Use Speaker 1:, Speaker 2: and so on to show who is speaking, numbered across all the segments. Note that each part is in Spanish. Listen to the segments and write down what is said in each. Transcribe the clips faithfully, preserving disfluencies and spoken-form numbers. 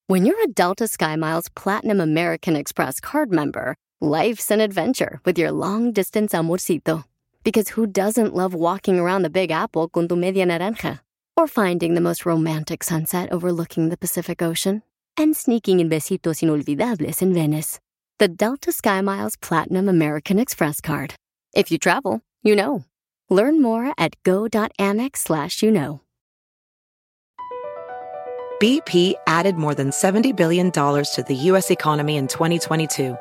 Speaker 1: When you're a Delta SkyMiles Platinum American Express card member, life's an adventure with your long-distance amorcito. Because who doesn't love walking around the Big Apple con tu media naranja? Or finding the most romantic sunset overlooking the Pacific Ocean? And sneaking in besitos inolvidables in Venice. The Delta SkyMiles Platinum American Express card. If you travel, you know. Learn more at go.amex slash you know.
Speaker 2: B P added more than seventy billion dollars to the U S economy in twenty twenty-two.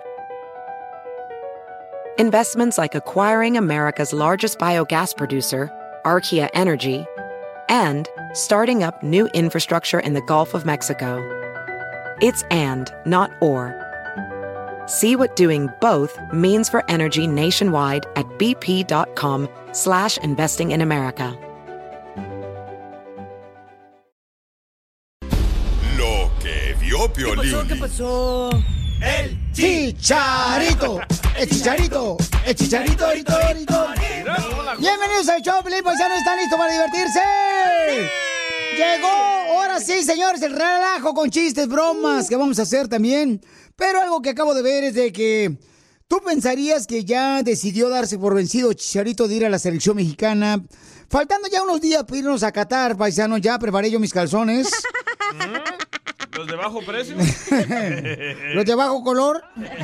Speaker 2: Investments like acquiring America's largest biogas producer, Archaea Energy, and starting up new infrastructure in the Gulf of Mexico. It's and, not or. See what doing both means for energy nationwide at bp.com slash investing in America.
Speaker 3: Lo que vio Piolín.
Speaker 4: ¿Qué pasó? ¿Qué pasó? El Chicharito, el Chicharito, el Chicharito, Rito, Rito. Bienvenidos al show, Piolín, paisanos, ¿están listos para divertirse? ¡Sí! Llegó, ahora sí, señores, el relajo con chistes, bromas que vamos a hacer también. Pero algo que acabo de ver es de que tú pensarías que ya decidió darse por vencido Chicharito de ir a la selección mexicana. Faltando ya unos días para irnos a Qatar, paisanos, ya preparé yo mis calzones.
Speaker 5: ¿Los de bajo precio?
Speaker 4: Los de bajo color.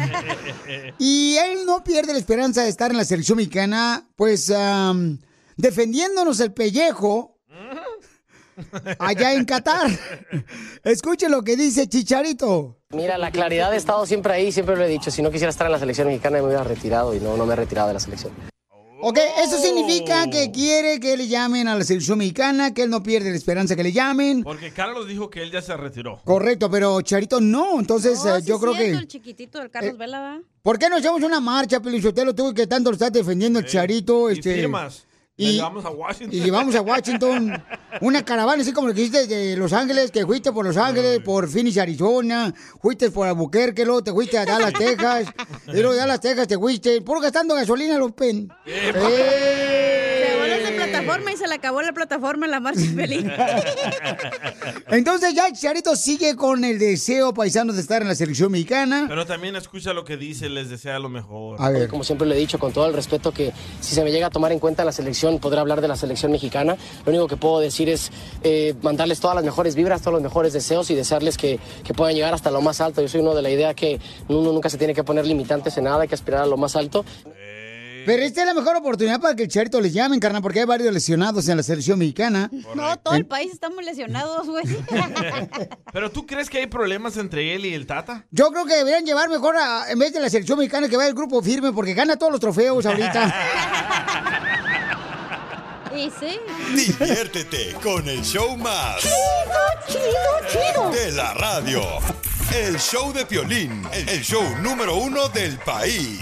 Speaker 4: Y él no pierde la esperanza de estar en la selección mexicana, pues um, defendiéndonos el pellejo allá en Qatar. Escuchen lo que dice Chicharito.
Speaker 6: Mira, la claridad ha estado siempre ahí, siempre lo he dicho. Si no quisiera estar en la selección mexicana me hubiera retirado y no, no me he retirado de la selección.
Speaker 4: Ok, eso significa que quiere que le llamen a la selección mexicana, que él no pierde la esperanza que le llamen.
Speaker 5: Porque Carlos dijo que él ya se retiró.
Speaker 4: Correcto, pero Charito no, entonces
Speaker 7: No,
Speaker 4: eh,
Speaker 7: sí
Speaker 4: yo creo
Speaker 7: cierto,
Speaker 4: que...
Speaker 7: el chiquitito del Carlos
Speaker 4: eh,
Speaker 7: Vela, ¿va?
Speaker 4: ¿Por qué no hacemos una marcha, Pelichotelo, tú que tanto lo estás defendiendo el Charito?
Speaker 5: Y
Speaker 4: este,
Speaker 5: firmas.
Speaker 4: Y,
Speaker 5: y llevamos a Washington.
Speaker 4: Y llevamos a Washington una caravana, así como lo que hiciste de Los Ángeles, que fuiste por Los Ángeles, por Phoenix, Arizona, fuiste por Albuquerque, luego te fuiste a Dallas, Texas, y luego de Dallas, Texas te fuiste, puro gastando gasolina los pen.
Speaker 7: Se voló esa plataforma y se le acabó la plataforma en la marcha feliz.
Speaker 4: Entonces ya Chicharito sigue con el deseo paisano de estar en la selección mexicana.
Speaker 5: Pero también escucha lo que dice, les desea lo mejor.
Speaker 4: A ver.
Speaker 6: Como siempre le he dicho, con todo el respeto, que si se me llega a tomar en cuenta la selección, podré hablar de la selección mexicana. Lo único que puedo decir es eh, mandarles todas las mejores vibras, todos los mejores deseos y desearles que, que puedan llegar hasta lo más alto. Yo soy uno de la idea que uno nunca se tiene que poner limitantes en nada, hay que aspirar a lo más alto.
Speaker 4: Pero esta es la mejor oportunidad para que el Chicharito les llamen, carnal, porque hay varios lesionados en la selección mexicana.
Speaker 7: No, todo el país estamos lesionados, güey.
Speaker 5: ¿Pero tú crees que hay problemas entre él y el Tata?
Speaker 4: Yo creo que deberían llevar mejor, a, en vez de la selección mexicana, que vaya el grupo firme, porque gana todos los trofeos ahorita.
Speaker 7: Y sí.
Speaker 3: Diviértete con el show más
Speaker 4: Chido, chido, chido
Speaker 3: de la radio. El show de Piolín, el show número uno del país.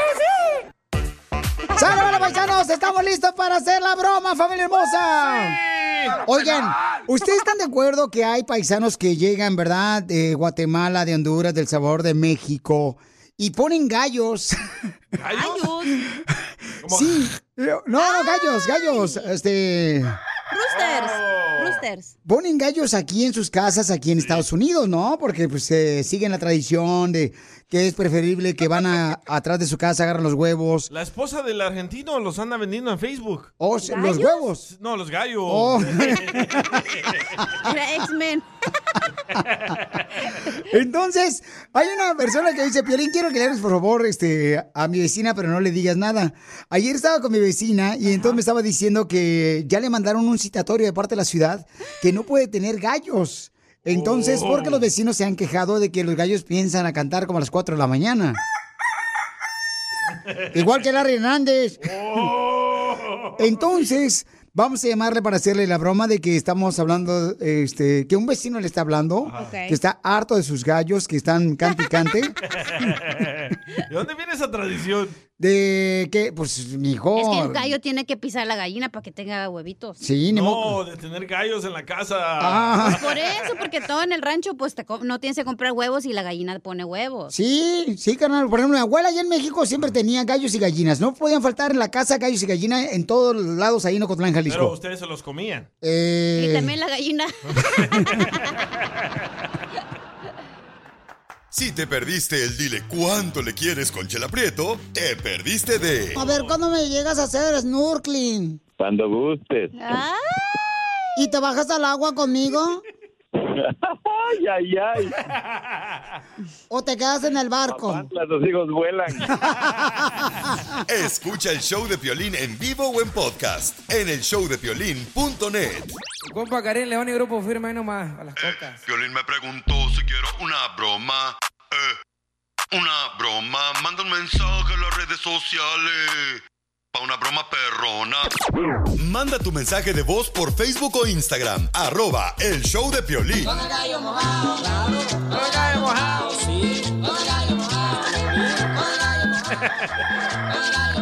Speaker 4: ¡Sale, hola, paisanos! ¡Estamos listos para hacer la broma, familia hermosa! Oigan, ¿ustedes están de acuerdo que hay paisanos que llegan, verdad, de Guatemala, de Honduras, del Salvador, de México, y ponen gallos?
Speaker 7: ¿Gallos?
Speaker 4: Sí, no, no, gallos, gallos, este...
Speaker 7: Roosters, roosters.
Speaker 4: Ponen gallos aquí en sus casas, aquí en Estados Unidos, ¿no? Porque pues eh, siguen la tradición de que es preferible que van a, atrás de su casa, agarran los huevos.
Speaker 5: La esposa del argentino los anda vendiendo en Facebook.
Speaker 4: Oh, ¿los huevos?
Speaker 5: No, los gallos.
Speaker 4: Oh.
Speaker 7: Era X-Men.
Speaker 4: Entonces, hay una persona que dice, Piolín, quiero que le hagas por favor este, a mi vecina, pero no le digas nada. Ayer estaba con mi vecina y entonces me estaba diciendo que ya le mandaron un citatorio de parte de la ciudad que no puede tener gallos. Entonces,
Speaker 5: Oh.
Speaker 4: porque los vecinos se han quejado de que los gallos piensan a cantar como a las cuatro de la mañana. Igual que Larry Hernández.
Speaker 5: Oh.
Speaker 4: Entonces, vamos a llamarle para hacerle la broma de que estamos hablando, este, que un vecino le está hablando,
Speaker 7: Okay.
Speaker 4: que está harto de sus gallos, que están cante y cante.
Speaker 5: ¿De dónde viene esa tradición?
Speaker 4: De que, pues, mijo.
Speaker 7: Es que el gallo tiene que pisar la gallina para que tenga huevitos.
Speaker 4: Sí, ni mo-
Speaker 5: No, de tener gallos en la casa.
Speaker 4: Ah.
Speaker 7: Pues por eso, porque todo en el rancho, pues te co- no tienes que comprar huevos y la gallina pone huevos.
Speaker 4: Sí, sí, carnal. Por ejemplo, mi abuela allá en México siempre tenía gallos y gallinas. No podían faltar en la casa gallos y gallinas en todos lados ahí en Ocotlán, Jalisco.
Speaker 5: Pero ustedes se los comían.
Speaker 4: Eh,
Speaker 7: Y también la gallina.
Speaker 3: Si te perdiste el dile cuánto le quieres con Chela Prieto, te perdiste de...
Speaker 4: A ver, ¿cuándo me llegas a hacer snorkeling?
Speaker 8: Cuando gustes.
Speaker 7: ¡Ay!
Speaker 4: ¿Y te bajas al agua conmigo?
Speaker 8: Ay, ay, ay.
Speaker 4: ¿O te quedas en el barco?
Speaker 8: Papantla, tus hijos vuelan.
Speaker 3: Escucha el show de Piolín en vivo o en podcast en el show de piolín punto net.
Speaker 9: Compa Karim León y Grupo Firme ahí nomás, a las cocas.
Speaker 3: Piolín me preguntó si quiero una broma. Eh, una broma. Manda un mensaje a las redes sociales. Pa' una broma perrona. Manda tu mensaje de voz por Facebook o Instagram. Arroba el show de Piolín.
Speaker 10: Con el gallo mojado, claro. Con el gallo mojado, sí. Con el gallo mojado, con el gallo mojado. Con el gallo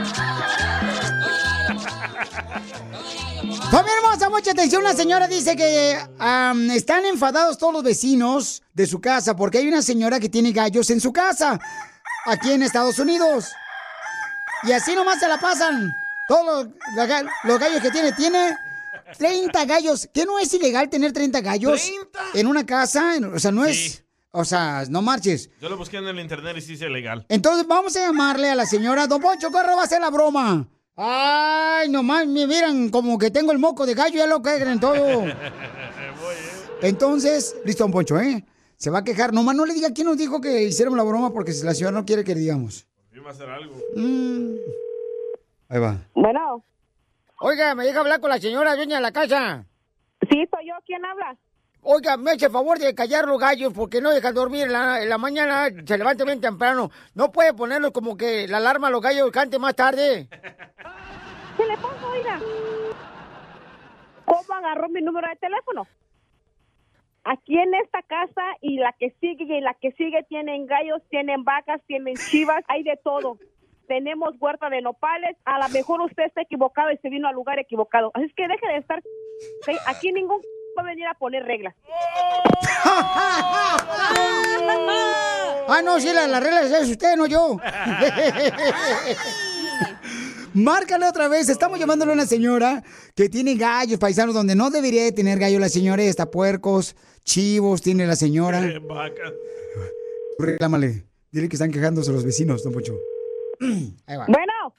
Speaker 10: mojado.
Speaker 4: Familia hermosa, mucha atención. Una señora dice que um, están enfadados todos los vecinos de su casa porque hay una señora que tiene gallos en su casa, aquí en Estados Unidos. Y así nomás se la pasan. Todos los, los gallos que tiene, tiene treinta gallos. ¿Qué no es ilegal tener treinta gallos? ¿treinta? En una casa, o sea, no es... Sí. O sea, no marches.
Speaker 5: Yo lo busqué en el internet y sí es ilegal.
Speaker 4: Entonces vamos a llamarle a la señora. Don Poncho, ¿corre va a hacer la broma? Ay, nomás me miran como que tengo el moco de gallo, ya lo creen todo. Entonces, listo, Don Poncho, ¿eh? Se va a quejar. Nomás no le diga quién nos dijo que hiciéramos la broma porque la señora no quiere que le digamos.
Speaker 5: Va a hacer algo.
Speaker 4: Mm. Ahí va.
Speaker 11: Bueno.
Speaker 4: Oiga, me deja hablar con la señora dueña de la casa.
Speaker 11: Sí, soy yo. ¿Quién habla?
Speaker 4: Oiga, me eche el favor de callar los gallos porque no dejan dormir en la, en la mañana, se levanta bien temprano. No puede ponerlos como que la alarma a los gallos cante más tarde.
Speaker 11: ¿Qué le pasa, oiga? ¿Cómo agarró mi número de teléfono? Aquí en esta casa y la que sigue y la que sigue tienen gallos, tienen vacas, tienen chivas, hay de todo. Tenemos huerta de nopales, a lo mejor usted está equivocado y se vino al lugar equivocado. Así es que deje de estar... ¿sí? Aquí ningún va a venir a poner reglas.
Speaker 4: Ah, no, sí, las la reglas es usted, no yo. Márcale otra vez. Estamos llamándole a una señora que tiene gallos, paisanos, donde no debería de tener gallos la señora. Está puercos, chivos, tiene la señora.
Speaker 5: Vacas.
Speaker 4: Reclámale. Dile que están quejándose los vecinos, Don Poncho. Ahí va.
Speaker 11: Bueno.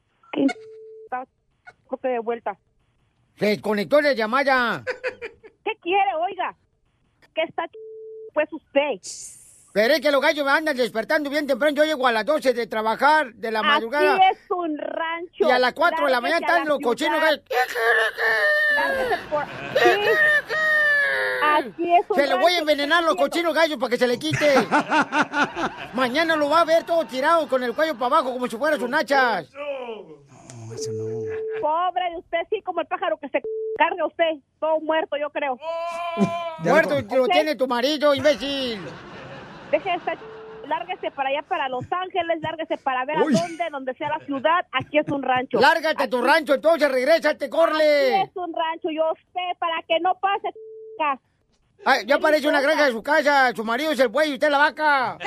Speaker 11: Cope de vuelta.
Speaker 4: Se desconectó la llamada.
Speaker 11: ¿Qué quiere, oiga? ¿Qué está pues usted?
Speaker 4: Pero es que los gallos me andan despertando bien temprano. Yo llego a las doce de trabajar, de la madrugada.
Speaker 11: Aquí es un rancho.
Speaker 4: Y a las cuatro de la mañana están los cochinos gallos.
Speaker 11: Por... ¿Sí? Aquí es un
Speaker 4: se le voy a envenenar los cochinos gallos para que se le quite. Mañana lo va a ver todo tirado con el cuello para abajo como si fuera sus nachas. No, eso no.
Speaker 11: Pobre de usted, sí, como el pájaro que se carga usted. Todo muerto, yo creo.
Speaker 4: Muerto lo ¿okay? Tiene tu marido, imbécil.
Speaker 11: Deje de estar, lárguese para allá, para Los Ángeles, lárguese para ver Uy. a dónde, donde sea la ciudad, aquí es un rancho.
Speaker 4: Lárgate a tu rancho, entonces, regrésate, corre.
Speaker 11: Aquí es un rancho, yo sé, para que no pase, c***.
Speaker 4: Ay, ya parece una granja de su casa, su marido es el buey y usted la vaca.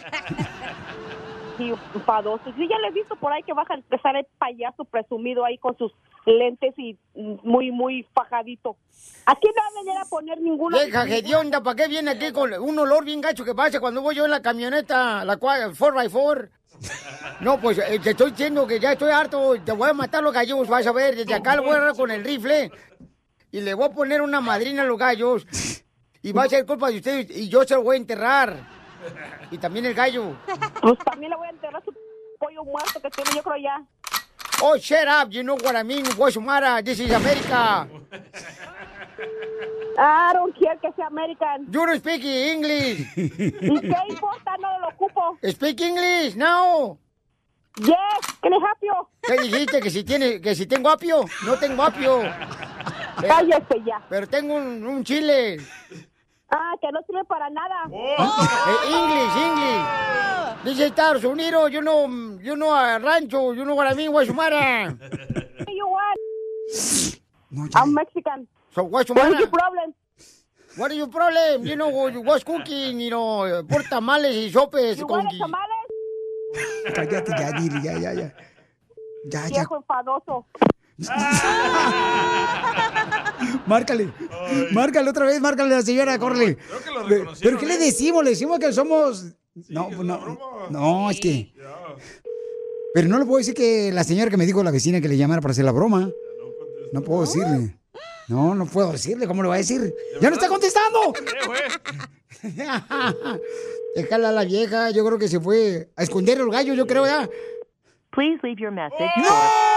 Speaker 11: Sí, enfadoso. Sí, ya le he visto por ahí que baja, que sale payaso presumido ahí con sus lentes y muy, muy fajadito. Aquí no va a venir a poner ninguno.
Speaker 4: Deja, hedionda, ¿para qué viene aquí con un olor bien gacho que pasa cuando voy yo en la camioneta, la cual, cuatro por cuatro? No, pues eh, te estoy diciendo que ya estoy harto, te voy a matar los gallos, vas a ver, desde acá lo voy a agarrar con el rifle y le voy a poner una madrina a los gallos y va a ser culpa de ustedes y yo se lo voy a enterrar. Y también el gallo.
Speaker 11: Pues también le voy a enterrar su pollo muerto que tiene, yo creo ya.
Speaker 4: Oh, shut up, you know what I mean, what's the matter? This is America.
Speaker 11: I don't care que sea American.
Speaker 4: You don't speak English.
Speaker 11: ¿Y qué importa? No lo ocupo.
Speaker 4: Speak English, no.
Speaker 11: Yes, can I help you?
Speaker 4: ¿Qué dijiste? ¿Que si, tiene, que si tengo apio? No tengo apio.
Speaker 11: Cállese ya.
Speaker 4: Pero tengo un, un chile.
Speaker 11: Ah, que no sirve para nada.
Speaker 4: Oh. Eh, English, English. Dice Estados Unidos, yo no, yo no a rancho, yo no what I mean, what's the matter?
Speaker 11: What do you want? No, I'm Mexican.
Speaker 4: So what's the
Speaker 11: matter?
Speaker 4: What
Speaker 11: is your problem?
Speaker 4: What is your problem? You know, what's cooking, you know, por tamales y sopes.
Speaker 11: You
Speaker 4: con...
Speaker 11: want tamales?
Speaker 4: Cállate ya, dile, ya, ya, ya. Ya, ya.
Speaker 11: Viejo enfadoso.
Speaker 4: Márcale, Ay. márcale otra vez, márcale a la señora, no, córrele.
Speaker 5: Creo que lo
Speaker 4: ¿Pero qué
Speaker 5: ¿eh?
Speaker 4: le decimos? Le decimos que somos No, no, no, es que... Pero no le puedo decir que la señora que me dijo la vecina que le llamara para hacer la broma. No puedo decirle. No, no puedo decirle. ¿Cómo le voy a decir? ¡Ya no está contestando! Déjala a la vieja. Yo creo que se fue a esconder el gallo, yo creo ya.
Speaker 12: Please leave your message.
Speaker 4: ¡No!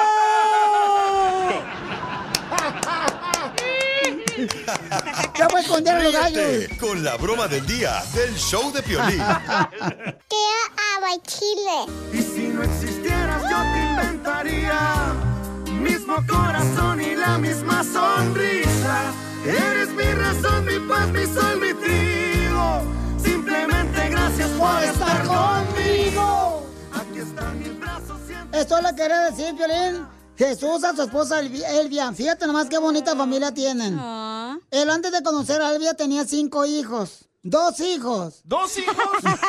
Speaker 4: ¡Ya fue a esconder los gallos!
Speaker 3: Ríete con la broma del día del show de Piolín.
Speaker 13: ¡Que ama Chile!
Speaker 10: Y si no existieras yo te inventaría mismo corazón y la misma sonrisa. Eres mi razón, mi paz, mi sol, mi trigo. Simplemente gracias por estar conmigo. Aquí están mis brazos siempre.
Speaker 4: Esto le quería decir, Piolín. Jesús a su esposa Elvi- Elvia. Fíjate nomás qué bonita familia tienen.
Speaker 7: Ah.
Speaker 4: Él antes de conocer a Elvia tenía cinco hijos. Dos hijos.
Speaker 5: ¿Dos hijos?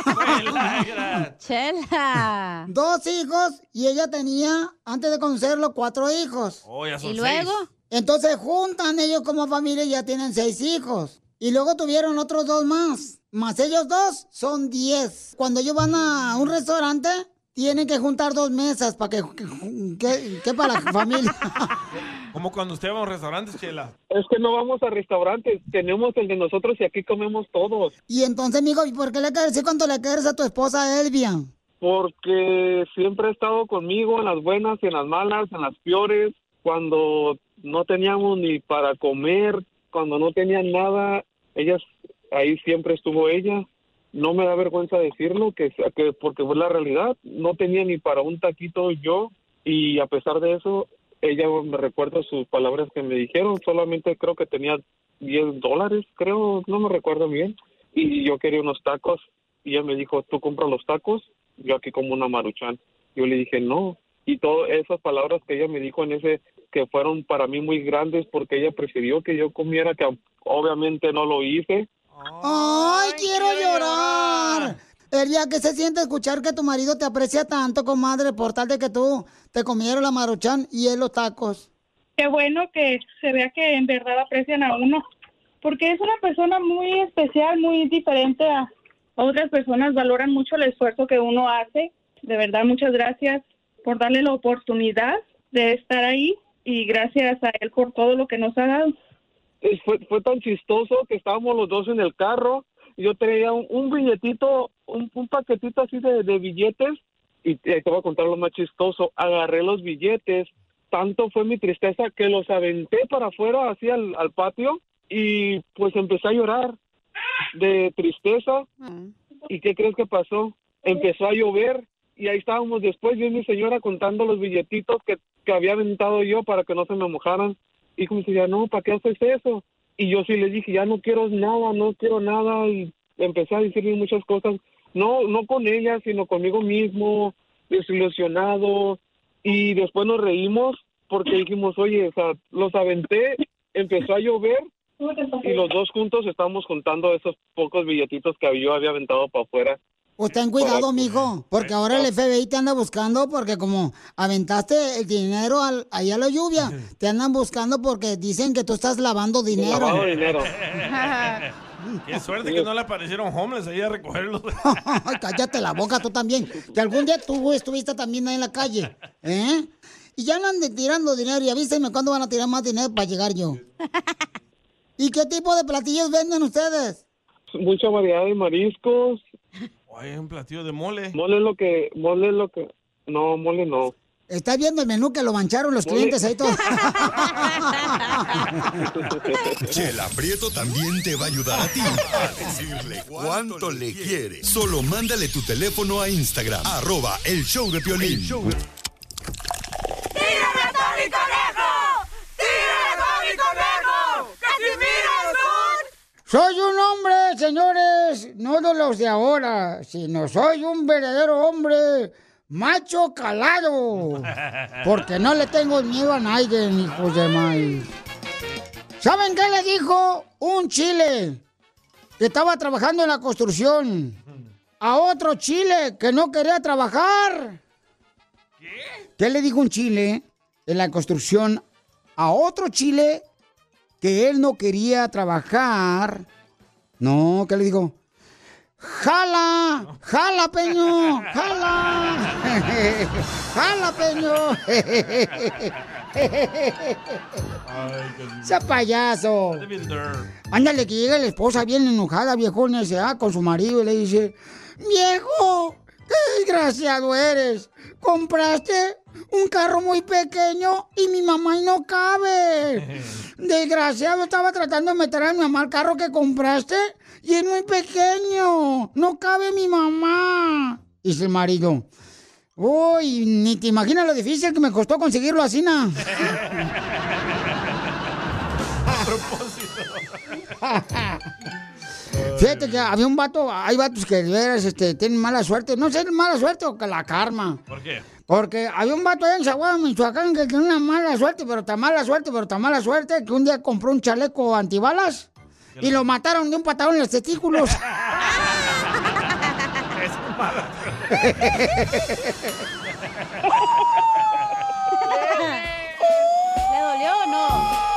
Speaker 7: Chela.
Speaker 4: Dos hijos y ella tenía, antes de conocerlo, cuatro hijos.
Speaker 5: Oh, ya son
Speaker 7: ¿Y luego?
Speaker 5: seis.
Speaker 4: Entonces juntan ellos como familia y ya tienen seis hijos. Y luego tuvieron otros dos más. Más ellos dos son diez. Cuando ellos van a un restaurante, tienen que juntar dos mesas para que, que, que, que para la familia.
Speaker 5: Como cuando usted va a un restaurante, Chela.
Speaker 8: Es que no vamos a restaurantes, tenemos el de nosotros y aquí comemos todos.
Speaker 4: Y entonces, amigo, ¿y por qué le quieres decir cuánto le quieres a tu esposa Elvia?
Speaker 8: Porque siempre ha estado conmigo en las buenas y en las malas, en las peores, cuando no teníamos ni para comer, cuando no tenían nada, ella, ahí siempre estuvo ella. No me da vergüenza decirlo, que, que porque fue la realidad, no tenía ni para un taquito yo, y a pesar de eso, ella me recuerda sus palabras que me dijeron, solamente creo que tenía diez dólares, creo, no me recuerdo bien, y yo quería unos tacos, y ella me dijo, ¿tú compras los tacos? Yo aquí como una Maruchan. Yo le dije, no, y todas esas palabras que ella me dijo en ese, que fueron para mí muy grandes, porque ella prefirió que yo comiera, que obviamente no lo hice.
Speaker 4: ¡Ay, quiero llorar! Elvia, ¿qué se siente escuchar que tu marido te aprecia tanto, comadre, por tal de que tú te comieron la Maruchan y él los tacos?
Speaker 14: Qué bueno que se vea que en verdad aprecian a uno, porque es una persona muy especial, muy diferente a otras personas, valoran mucho el esfuerzo que uno hace. De verdad, muchas gracias por darle la oportunidad de estar ahí y gracias a él por todo lo que nos ha dado.
Speaker 8: Eh, Fue, fue tan chistoso que estábamos los dos en el carro, y yo traía un, un billetito, un, un paquetito así de, de billetes, y te, te voy a contar lo más chistoso, agarré los billetes, tanto fue mi tristeza que los aventé para afuera, así al, al patio, y pues empecé a llorar de tristeza. ¿Y qué crees que pasó? Empezó a llover, y ahí estábamos después, yo y mi señora contando los billetitos que, que había aventado yo para que no se me mojaran. Y como decía, no, ¿para qué haces eso? Y yo sí le dije, ya no quiero nada, no quiero nada. Y empecé a decirle muchas cosas, no no con ella, sino conmigo mismo, desilusionado. Y después nos reímos porque dijimos, oye, o sea, los aventé, empezó a llover, y los dos juntos estábamos juntando esos pocos billetitos que yo había aventado para afuera.
Speaker 4: Pues ten cuidado, mijo, porque ahora el F B I te anda buscando porque como aventaste el dinero al, ahí a la lluvia, te andan buscando porque dicen que tú estás lavando dinero.
Speaker 8: Lavado dinero.
Speaker 5: Qué suerte que no le aparecieron homeless ahí a recogerlos.
Speaker 4: Ay, cállate la boca tú también, que algún día tú estuviste también ahí en la calle, ¿eh? Y ya andan de- tirando dinero y avísenme cuándo van a tirar más dinero para llegar yo. ¿Y qué tipo de platillos venden ustedes?
Speaker 8: Mucha variedad de mariscos.
Speaker 5: Hay un platillo de mole.
Speaker 8: Mole es lo que, mole es lo que, no, mole no.
Speaker 4: ¿Estás viendo el menú que lo mancharon los clientes ahí todos?
Speaker 3: Chela Prieto también te va a ayudar a ti a decirle cuánto le quiere. Solo mándale tu teléfono a Instagram, arroba el show de Piolín.
Speaker 10: ¡Tírame a Tony Conejo! ¡Tírame a Tony Conejo! ¡Casimiro es un...
Speaker 4: Soy un hombre, señores, no de los de ahora, sino soy un verdadero hombre macho calado. Porque no le tengo miedo a nadie, hijos de maíz. ¿Saben qué le dijo un chile que estaba trabajando en la construcción a otro chile que no quería trabajar? ¿Qué? ¿Qué le dijo un chile en la construcción a otro chile que él no quería trabajar? No, ¿qué le dijo? ¡Jala! ¡Jala, Peño! ¡Jala! ¡Jala, Peño! ¡Sea payaso! Ándale, que llega la esposa bien enojada, viejón, ese, ah, con su marido y le dice: ¡Viejo! ¡Qué desgraciado eres! Compraste un carro muy pequeño y mi mamá y no cabe. Desgraciado, estaba tratando de meter a mi mamá al carro que compraste y es muy pequeño. No cabe mi mamá. Dice el marido: uy, ni te imaginas lo difícil que me costó conseguirlo así, ¿no?
Speaker 5: A propósito.
Speaker 4: Fíjate que había un vato, hay vatos que de veras este, tienen mala suerte. No sé, mala suerte o que la karma.
Speaker 5: ¿Por qué?
Speaker 4: Porque había un vato allá en Zaguada, Michoacán, que tenía una mala suerte, pero tan mala suerte, pero tan mala suerte, que un día compró un chaleco antibalas y lo mataron de un patadón en los testículos.
Speaker 5: Es mala.
Speaker 7: ¿Le dolió o no?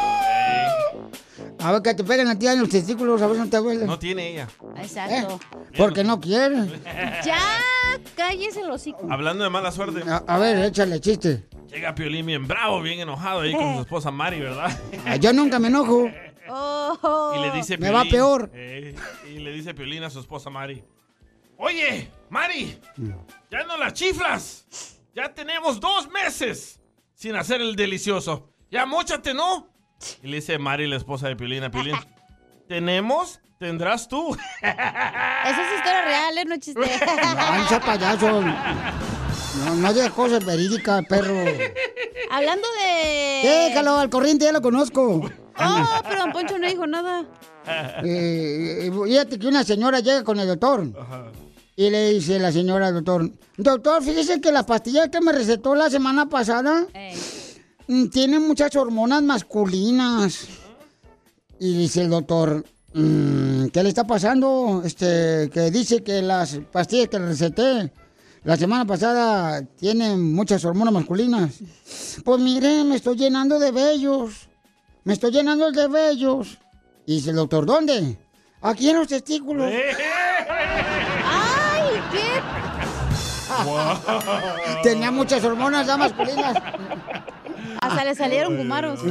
Speaker 4: A ver, que te peguen a ti en los testículos, a ver si no te duele.
Speaker 5: No tiene ella.
Speaker 7: Exacto.
Speaker 4: ¿Eh? Porque no quiere.
Speaker 7: Ya, cállese el hocico.
Speaker 5: Hablando de mala suerte.
Speaker 4: A, a ver, échale chiste.
Speaker 5: Llega Piolín bien bravo, bien enojado ahí con su esposa Mari, ¿verdad?
Speaker 4: Yo nunca me enojo.
Speaker 7: Oh.
Speaker 5: Y le dice
Speaker 4: Me
Speaker 5: Piolín,
Speaker 4: va peor.
Speaker 5: eh, y le dice Piolín a su esposa Mari: oye, Mari, ya no la chiflas. Ya tenemos dos meses sin hacer el delicioso. Ya móchate, ¿no? Y le dice Mari, la esposa de Piolín, a Piolín: ¿tenemos? ¿Tendrás tú?
Speaker 7: Esa es historia real, ¿eh? No chiste.
Speaker 4: Mancha payaso. No, no digas cosas verídicas, perro.
Speaker 7: Hablando de...
Speaker 4: Déjalo, al corriente ya lo conozco.
Speaker 7: Oh, pero don Poncho no dijo nada.
Speaker 4: Eh, fíjate que una señora llega con el doctor.
Speaker 5: Ajá.
Speaker 4: Y le dice la señora al doctor: doctor, fíjese que la pastilla que me recetó la semana pasada mm, tiene muchas hormonas masculinas. Y dice el doctor: mm, ¿qué le está pasando? Este, que dice que las pastillas que le receté la semana pasada tienen muchas hormonas masculinas. Pues mire, me estoy llenando de vellos. Me estoy llenando de vellos. Y dice el doctor: ¿dónde? Aquí en los testículos.
Speaker 7: ¡Ay, qué!
Speaker 5: Wow.
Speaker 4: Tenía muchas hormonas ya masculinas.
Speaker 7: Hasta le salieron gumaros.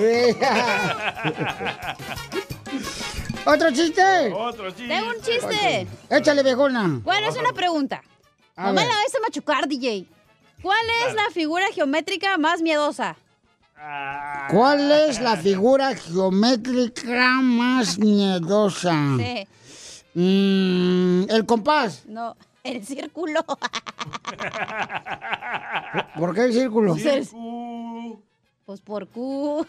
Speaker 4: ¿Otro chiste?
Speaker 5: Otro chiste.
Speaker 7: Tengo un chiste.
Speaker 4: Échale, viejona.
Speaker 7: Bueno, es una pregunta.
Speaker 4: A
Speaker 7: No me
Speaker 4: ver.
Speaker 7: la vais a machucar, D J. ¿Cuál es la figura geométrica más miedosa?
Speaker 4: ¿Cuál es la figura geométrica más miedosa?
Speaker 7: Sí.
Speaker 4: Mm, ¿el compás?
Speaker 7: No, el círculo.
Speaker 4: ¿Por qué el círculo?
Speaker 7: Pues, el- pues por Q.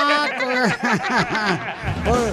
Speaker 4: Ah, por-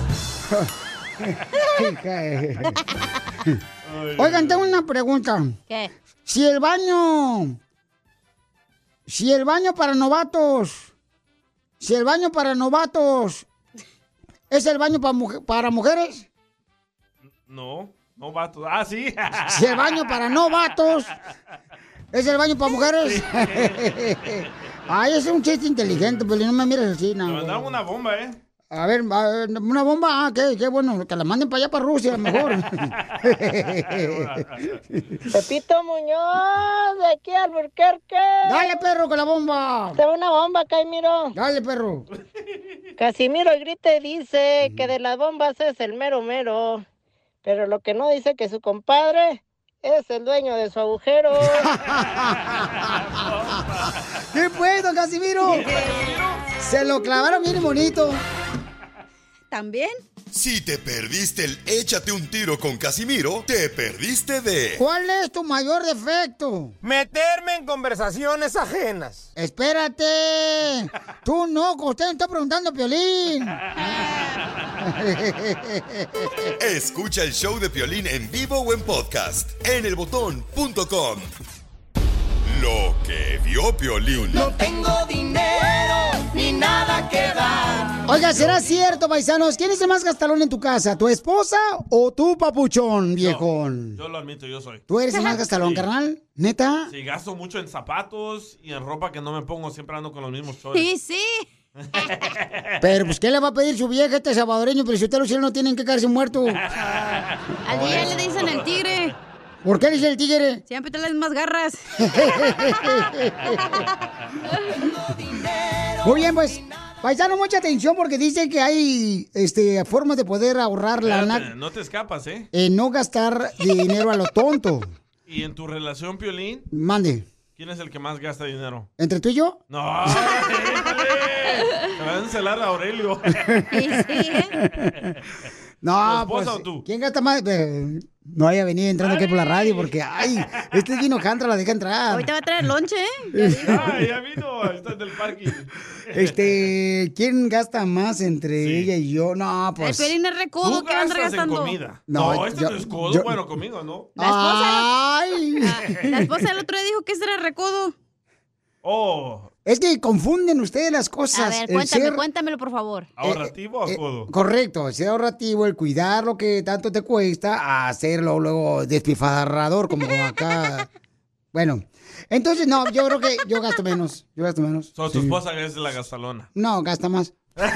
Speaker 4: Oigan, tengo una pregunta.
Speaker 7: ¿Qué?
Speaker 4: Si el baño... Si el baño para novatos... Si el baño para novatos... ¿Es el baño para, mujer- para mujeres?
Speaker 5: No, no vatos. Ah, sí.
Speaker 4: Si el baño para novatos... ¿Es el baño para mujeres? Ay, ese es un chiste inteligente, pero no me mires así, no.
Speaker 5: Me mandaron una bomba, ¿eh?
Speaker 4: A ver, a ver, una bomba, ah, qué, qué bueno, que la manden para allá, para Rusia, mejor.
Speaker 15: Pepito Muñoz, de aquí al Alburquerque.
Speaker 4: Dale, perro, con la bomba.
Speaker 15: Te va una bomba, Casimiro.
Speaker 4: Dale, perro.
Speaker 15: Casimiro grita y dice que de las bombas es el mero mero. Pero lo que no dice que su compadre es el dueño de su agujero.
Speaker 4: ¿Qué fue, don Casimiro? Se lo clavaron bien bonito.
Speaker 7: ¿También?
Speaker 3: Si te perdiste el Échate un tiro con Casimiro, te perdiste de...
Speaker 4: ¿Cuál es tu mayor defecto?
Speaker 9: Meterme en conversaciones ajenas.
Speaker 4: Espérate. Tú no, usted me está preguntando, Piolín.
Speaker 3: Escucha el show de Piolín en vivo o en podcast en el botón punto com. Lo que vio Piolín.
Speaker 10: No tengo dinero ni nada que dar.
Speaker 4: Oiga, ¿será cierto, paisanos? ¿Quién es el más gastalón en tu casa? ¿Tu esposa o tu papuchón, viejón?
Speaker 5: Yo lo admito, yo soy.
Speaker 4: ¿Tú eres el más gastalón,
Speaker 5: Sí.
Speaker 4: carnal? ¿Neta?
Speaker 5: Sí, gasto mucho en zapatos y en ropa que no me pongo. Siempre ando con los mismos chores.
Speaker 7: Sí, sí.
Speaker 4: Pero, pues, ¿qué le va a pedir su vieja este salvadoreño? Pero si ustedes los no tienen que quedarse muertos.
Speaker 7: Al día le dicen el tigre.
Speaker 4: ¿Por qué le dice el tigre?
Speaker 7: Siempre te las mismas garras.
Speaker 4: Muy bien, pues, paisano, mucha atención porque dice que hay este, formas de poder ahorrar la
Speaker 5: Espérate,
Speaker 4: lana,
Speaker 5: no te escapas, ¿eh?
Speaker 4: eh, no gastar dinero a lo tonto.
Speaker 5: ¿Y en tu relación, Piolín?
Speaker 4: Mande.
Speaker 5: ¿Quién es el que más gasta dinero?
Speaker 4: ¿Entre tú y yo?
Speaker 5: No, ¡éjale! Te van a encelar a Aurelio.
Speaker 4: No,
Speaker 5: ¿Tu esposa
Speaker 4: pues,
Speaker 5: o tú?
Speaker 4: ¿quién gasta más? Eh, no vaya a venir entrando aquí por la radio porque, ay, este es vino Cantra, la deja entrar.
Speaker 7: Ahorita va a traer lonche, ¿eh?
Speaker 5: Ah, ya vino, está en el parking.
Speaker 4: Este, ¿quién gasta más entre ella y yo? No, pues.
Speaker 7: El Piolín es recodo, ¿qué va a andar
Speaker 5: gastas en
Speaker 7: gastando?
Speaker 5: comida.
Speaker 4: No,
Speaker 5: No, este
Speaker 4: yo-
Speaker 5: no es codo.
Speaker 4: yo-
Speaker 5: Bueno, conmigo, ¿no?
Speaker 7: La esposa,
Speaker 4: Ay.
Speaker 7: Ah, la esposa del otro día dijo que este era recodo.
Speaker 5: Oh,
Speaker 4: Es que confunden ustedes las cosas.
Speaker 7: A ver,
Speaker 4: el
Speaker 7: cuéntame,
Speaker 4: ser-
Speaker 7: cuéntamelo, por favor.
Speaker 5: ¿ahorrativo o
Speaker 4: eh,
Speaker 5: codo?
Speaker 4: Correcto, ser ahorrativo, el cuidar lo que tanto te cuesta, a hacerlo luego despilfarrador como acá. Bueno, entonces no, yo creo que yo gasto menos, yo gasto menos.
Speaker 5: So, tu
Speaker 4: Sí.
Speaker 5: esposa es la gastalona.
Speaker 4: No, gasta más.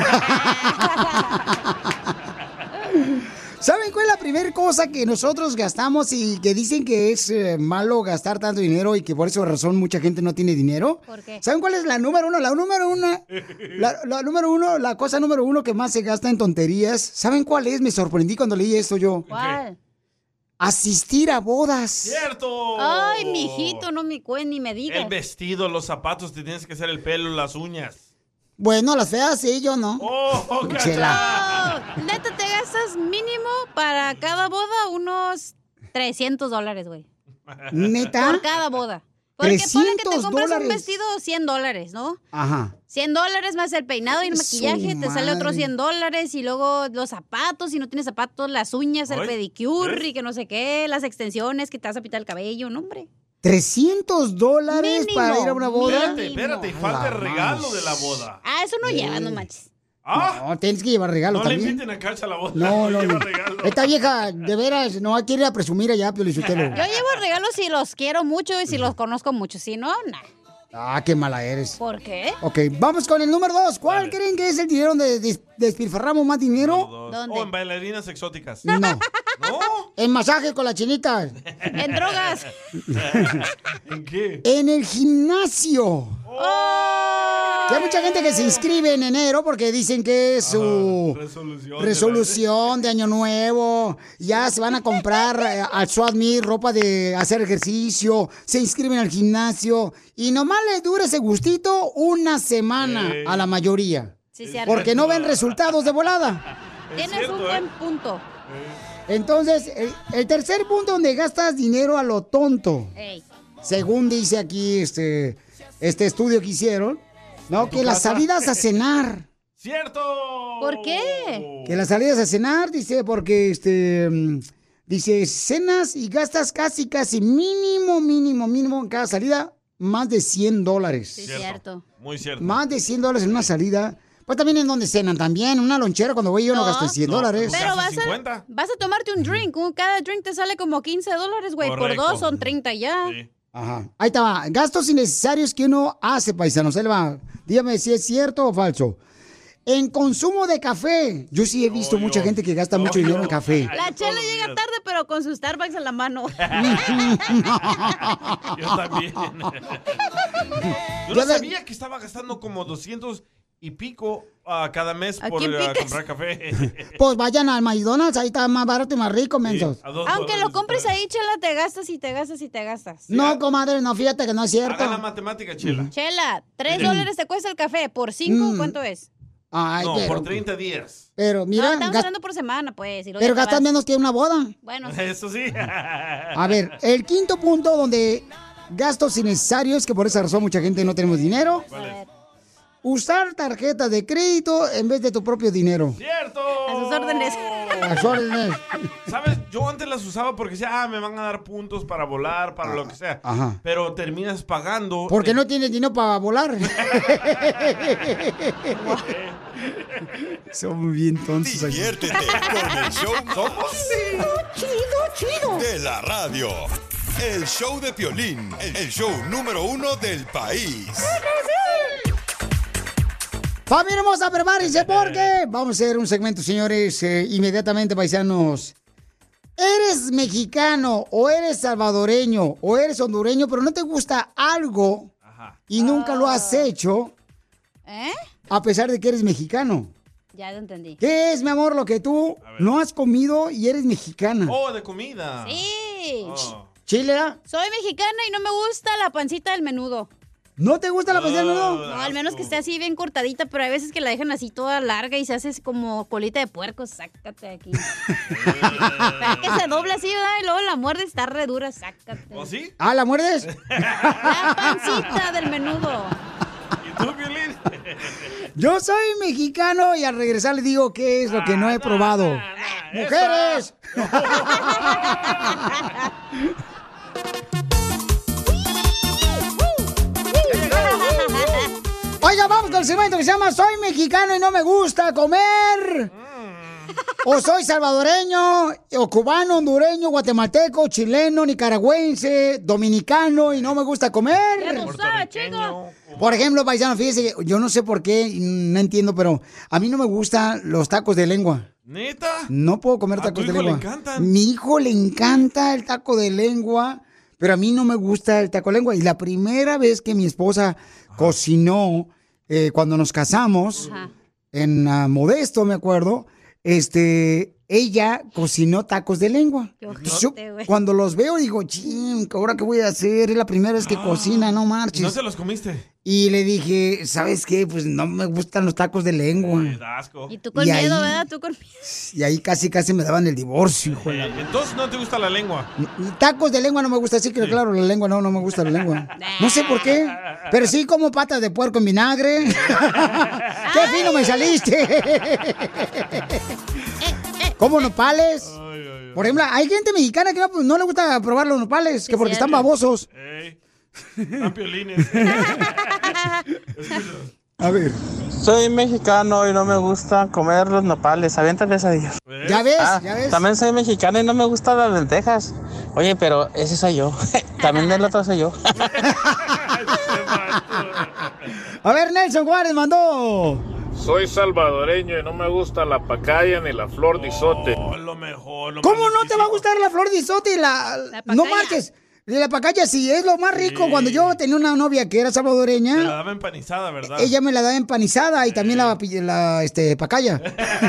Speaker 4: ¿Saben cuál es la primera cosa que nosotros gastamos y que dicen que es eh, malo gastar tanto dinero y que por esa razón mucha gente no tiene dinero?
Speaker 7: ¿Por qué?
Speaker 4: ¿Saben cuál es la número uno? La número uno, la, la número uno, la cosa número uno que más se gasta en tonterías. ¿Saben cuál es? Me sorprendí cuando leí esto yo.
Speaker 7: ¿Cuál?
Speaker 4: Asistir a bodas.
Speaker 5: ¡Cierto!
Speaker 7: Ay, mijito, no me cuen ni me digas.
Speaker 5: El vestido, los zapatos, te tienes que hacer el pelo, las uñas.
Speaker 4: Bueno, las feas sí, yo no.
Speaker 5: ¡Oh,
Speaker 4: Chela.
Speaker 7: Oh, neta, te gastas mínimo para cada boda unos trescientos dólares, güey.
Speaker 4: ¿Neta?
Speaker 7: Por cada boda. Porque ponle que te
Speaker 4: trescientos
Speaker 7: compras
Speaker 4: dólares.
Speaker 7: un vestido cien dólares, ¿no?
Speaker 4: Ajá.
Speaker 7: cien dólares más el peinado y el
Speaker 4: Su
Speaker 7: maquillaje, te sale otros
Speaker 4: madre.
Speaker 7: cien dólares y luego los zapatos, si no tienes zapatos, las uñas, el
Speaker 5: Ay,
Speaker 7: pedicure
Speaker 5: ¿ves?
Speaker 7: y que no sé qué, las extensiones que te vas a pintar el cabello, no, hombre.
Speaker 4: ¿trescientos dólares
Speaker 7: Mínimo,
Speaker 4: para ir a una boda?
Speaker 5: Espérate, espérate, y falta el
Speaker 4: Ay,
Speaker 5: regalo
Speaker 4: vamos.
Speaker 5: de la boda.
Speaker 7: Ah, eso no lleva, no manches.
Speaker 5: ¿Ah?
Speaker 4: No, tienes que llevar regalo
Speaker 5: No le
Speaker 4: también.
Speaker 5: inviten a Cacha a la boda.
Speaker 4: No, no,
Speaker 5: lleva
Speaker 4: no.
Speaker 5: regalo.
Speaker 4: Esta vieja, de veras, no quiere ir a presumir allá, Pio Lizotelo.
Speaker 7: Yo llevo regalos si los quiero mucho y si los conozco mucho, si no, nada.
Speaker 4: Ah, qué mala eres.
Speaker 7: ¿Por qué?
Speaker 4: Ok, vamos con el número dos. ¿Cuál
Speaker 5: Dale.
Speaker 4: creen que es el dinero donde des- despilfarramos más dinero?
Speaker 5: Dos.
Speaker 7: ¿Dónde?
Speaker 5: Oh, en bailarinas exóticas.
Speaker 4: No.
Speaker 5: ¿No?
Speaker 4: En masaje con la chinita.
Speaker 7: En drogas.
Speaker 5: ¿En qué?
Speaker 4: En el gimnasio.
Speaker 7: ¡Oh!
Speaker 4: Que hay mucha gente que se inscribe en enero porque dicen que es su
Speaker 5: Resolución.
Speaker 4: resolución de año nuevo. Ya se van a comprar eh, al Swat Meet ropa de hacer ejercicio. Se inscriben al gimnasio. Y nomás les dura ese gustito una semana
Speaker 5: Ey.
Speaker 4: a la mayoría.
Speaker 7: Sí, cierto.
Speaker 4: Porque no ven resultados de volada.
Speaker 7: Tienes
Speaker 5: cierto,
Speaker 7: un
Speaker 5: ¿eh?
Speaker 7: buen punto.
Speaker 4: Entonces, el, el tercer punto donde gastas dinero a lo tonto.
Speaker 7: Ey.
Speaker 4: Según dice aquí este, este estudio que hicieron, ¿no?
Speaker 5: ¿En tu
Speaker 4: Que las
Speaker 5: casa?
Speaker 4: salidas a cenar.
Speaker 5: ¡Cierto!
Speaker 7: ¿Por qué?
Speaker 4: Que las salidas a cenar, dice, porque este. mm, Dice, cenas y gastas casi, casi mínimo, mínimo, mínimo en cada salida, más de cien dólares.
Speaker 7: Sí, cierto.
Speaker 5: Muy cierto.
Speaker 4: Más de cien dólares en una salida. Pues también en donde cenan también. Una lonchera cuando voy yo no,
Speaker 7: No.
Speaker 4: gasto cien
Speaker 5: No,
Speaker 4: dólares.
Speaker 7: Pero
Speaker 5: Casi
Speaker 7: vas a,
Speaker 5: cincuenta.
Speaker 7: vas a tomarte un drink. un- Cada drink te sale como quince dólares, güey. Por
Speaker 5: Correcto.
Speaker 7: dos son treinta ya.
Speaker 5: Sí.
Speaker 4: Ajá. Ahí está, va. Gastos innecesarios que uno hace, paisanos. Ahí le va. Dígame si es cierto o falso. En consumo de café. Yo sí he visto
Speaker 5: Obvio.
Speaker 4: mucha gente que gasta mucho
Speaker 5: Obvio.
Speaker 4: dinero en café.
Speaker 7: La
Speaker 5: Ay,
Speaker 7: chela
Speaker 5: todos los
Speaker 7: llega
Speaker 5: días.
Speaker 7: tarde, pero con su Starbucks en la mano.
Speaker 5: Yo también. Yo
Speaker 4: Yo
Speaker 5: no
Speaker 4: de-
Speaker 5: sabía que estaba gastando como doscientos y pico ah, cada mes
Speaker 7: ¿A
Speaker 5: por
Speaker 7: quién
Speaker 5: ah,
Speaker 7: picas?
Speaker 5: comprar café.
Speaker 4: Pues vayan al McDonald's, ahí está más barato y más rico, mensos.
Speaker 5: Sí, a dos
Speaker 7: Aunque
Speaker 5: dólares
Speaker 7: lo compres
Speaker 5: cada-
Speaker 7: ahí, chela, te gastas y te gastas y te gastas.
Speaker 4: No, comadre, no, fíjate que no es cierto.
Speaker 5: Haga la matemática, Chela.
Speaker 7: Chela, tres dólares te cuesta el café. ¿Por cinco
Speaker 4: Mm.
Speaker 7: cuánto es?
Speaker 4: Ay,
Speaker 5: No,
Speaker 4: pero,
Speaker 5: por treinta días.
Speaker 4: pero
Speaker 7: No,
Speaker 4: mira,
Speaker 7: estamos
Speaker 4: gas-
Speaker 7: hablando por semana, pues. y luego
Speaker 4: pero
Speaker 7: ya te
Speaker 4: gastas
Speaker 7: vas.
Speaker 4: menos que una boda.
Speaker 7: Bueno,
Speaker 5: Eso sí.
Speaker 4: A ver, el quinto punto donde gastos innecesarios, que por esa razón mucha gente no tenemos dinero.
Speaker 7: a ver.
Speaker 4: Usar tarjetas de crédito en vez de tu propio dinero.
Speaker 5: ¡Cierto!
Speaker 7: A sus órdenes.
Speaker 4: A sus órdenes.
Speaker 5: ¿Sabes? Yo antes las usaba porque decía, ah, me van a dar puntos para volar, para lo que sea.
Speaker 4: Ajá.
Speaker 5: Pero terminas pagando.
Speaker 4: Porque
Speaker 5: eh,
Speaker 4: no tienes dinero para volar. Son bien tontos aquí.
Speaker 3: Diviértete con el show
Speaker 5: ¿Somos?
Speaker 4: Chido, chido.
Speaker 3: de la radio. El show de Piolín, el show número uno del país.
Speaker 4: Familia hermosa, prepárense porque vamos a hacer un segmento, señores, eh, inmediatamente, paisanos. ¿Eres mexicano o eres salvadoreño o eres hondureño, pero no te gusta algo y nunca lo has hecho?
Speaker 7: ¿Eh?
Speaker 4: A pesar de que eres mexicano.
Speaker 7: Ya lo entendí.
Speaker 4: ¿Qué es, mi amor, lo que tú no has comido y eres mexicana?
Speaker 5: Oh, de comida.
Speaker 7: Sí.
Speaker 5: Oh.
Speaker 4: ¿Chile?
Speaker 7: Soy mexicana y no me gusta la pancita del menudo.
Speaker 4: ¿No te gusta la pancita del menudo?
Speaker 7: No, al menos que esté así bien cortadita, pero hay veces que la dejan así toda larga y se hace así como colita de puerco. Sácate de aquí. ¿Verdad que se dobla así, verdad? Y luego la muerdes, está re dura, sácate.
Speaker 5: ¿O sí?
Speaker 4: ¿Ah, la muerdes?
Speaker 7: La pancita del menudo.
Speaker 5: ¿Y tú, Piolín?
Speaker 4: Yo soy mexicano y al regresar les digo qué es lo que no he probado. ¡Mujeres! Oiga, vamos con el segmento que se llama Soy mexicano y no me gusta comer. O soy salvadoreño, o cubano, hondureño, guatemalteco, chileno, nicaragüense, dominicano y no me gusta comer.
Speaker 7: Ya tú sabes, chico.
Speaker 4: Por ejemplo, paisano, fíjese, yo no sé por qué, no entiendo, pero a mí no me gustan los tacos de lengua.
Speaker 5: ¿Neta?
Speaker 4: No puedo comer tacos
Speaker 5: ¿A tu
Speaker 4: de
Speaker 5: hijo
Speaker 4: lengua.
Speaker 5: le encantan?
Speaker 4: Mi hijo le encanta el taco de lengua, pero a mí no me gusta el taco de lengua. Y la primera vez que mi esposa Ajá. cocinó, eh, cuando nos casamos, Ajá. en uh, Modesto, me acuerdo, este, ella cocinó tacos de lengua. Entonces, yo, cuando los veo, digo, ching, ¿ahora qué voy a hacer? Es la primera vez que ah, cocina, no marches.
Speaker 5: ¿No se los comiste?
Speaker 4: Y le dije, ¿sabes qué? Pues no me gustan los tacos de lengua.
Speaker 5: Ay, asco.
Speaker 7: Y tú con
Speaker 4: y
Speaker 7: miedo,
Speaker 4: ahí,
Speaker 7: ¿verdad? Tú con miedo.
Speaker 4: Y ahí casi, casi me daban el divorcio, hijo.
Speaker 5: Eh, entonces no te gusta la lengua.
Speaker 4: Tacos de lengua no me gusta, sí que sí. Claro, la lengua no, no me gusta la lengua. No sé por qué, pero sí como patas de puerco en vinagre. ¡Qué fino me saliste! ¿Como nopales? Ay, ay, ay. Por ejemplo, hay gente mexicana que no, no le gusta probar los nopales, que porque están babosos.
Speaker 5: Ey. Están piolines.
Speaker 4: A ver.
Speaker 16: Soy mexicano y no me gusta comer los nopales. Aviéntales a Dios.
Speaker 4: ¿Ya ves?
Speaker 16: Ah,
Speaker 4: ¿Ya ves?
Speaker 16: También soy mexicano y no me gustan las lentejas. Oye, pero ese soy yo. También del otro soy yo.
Speaker 4: A ver, Nelson Juárez mandó.
Speaker 17: Soy salvadoreño y no me gusta la pacaya ni la flor de izote.
Speaker 5: Oh, lo mejor, lo
Speaker 4: ¿Cómo no te va a gustar la flor de izote y la... la no marches. La pacaya sí es lo más rico. Sí. Cuando yo tenía una novia que era salvadoreña.
Speaker 5: Me la daba empanizada, ¿verdad?
Speaker 4: Ella me la daba empanizada y también la, la este, pacaya.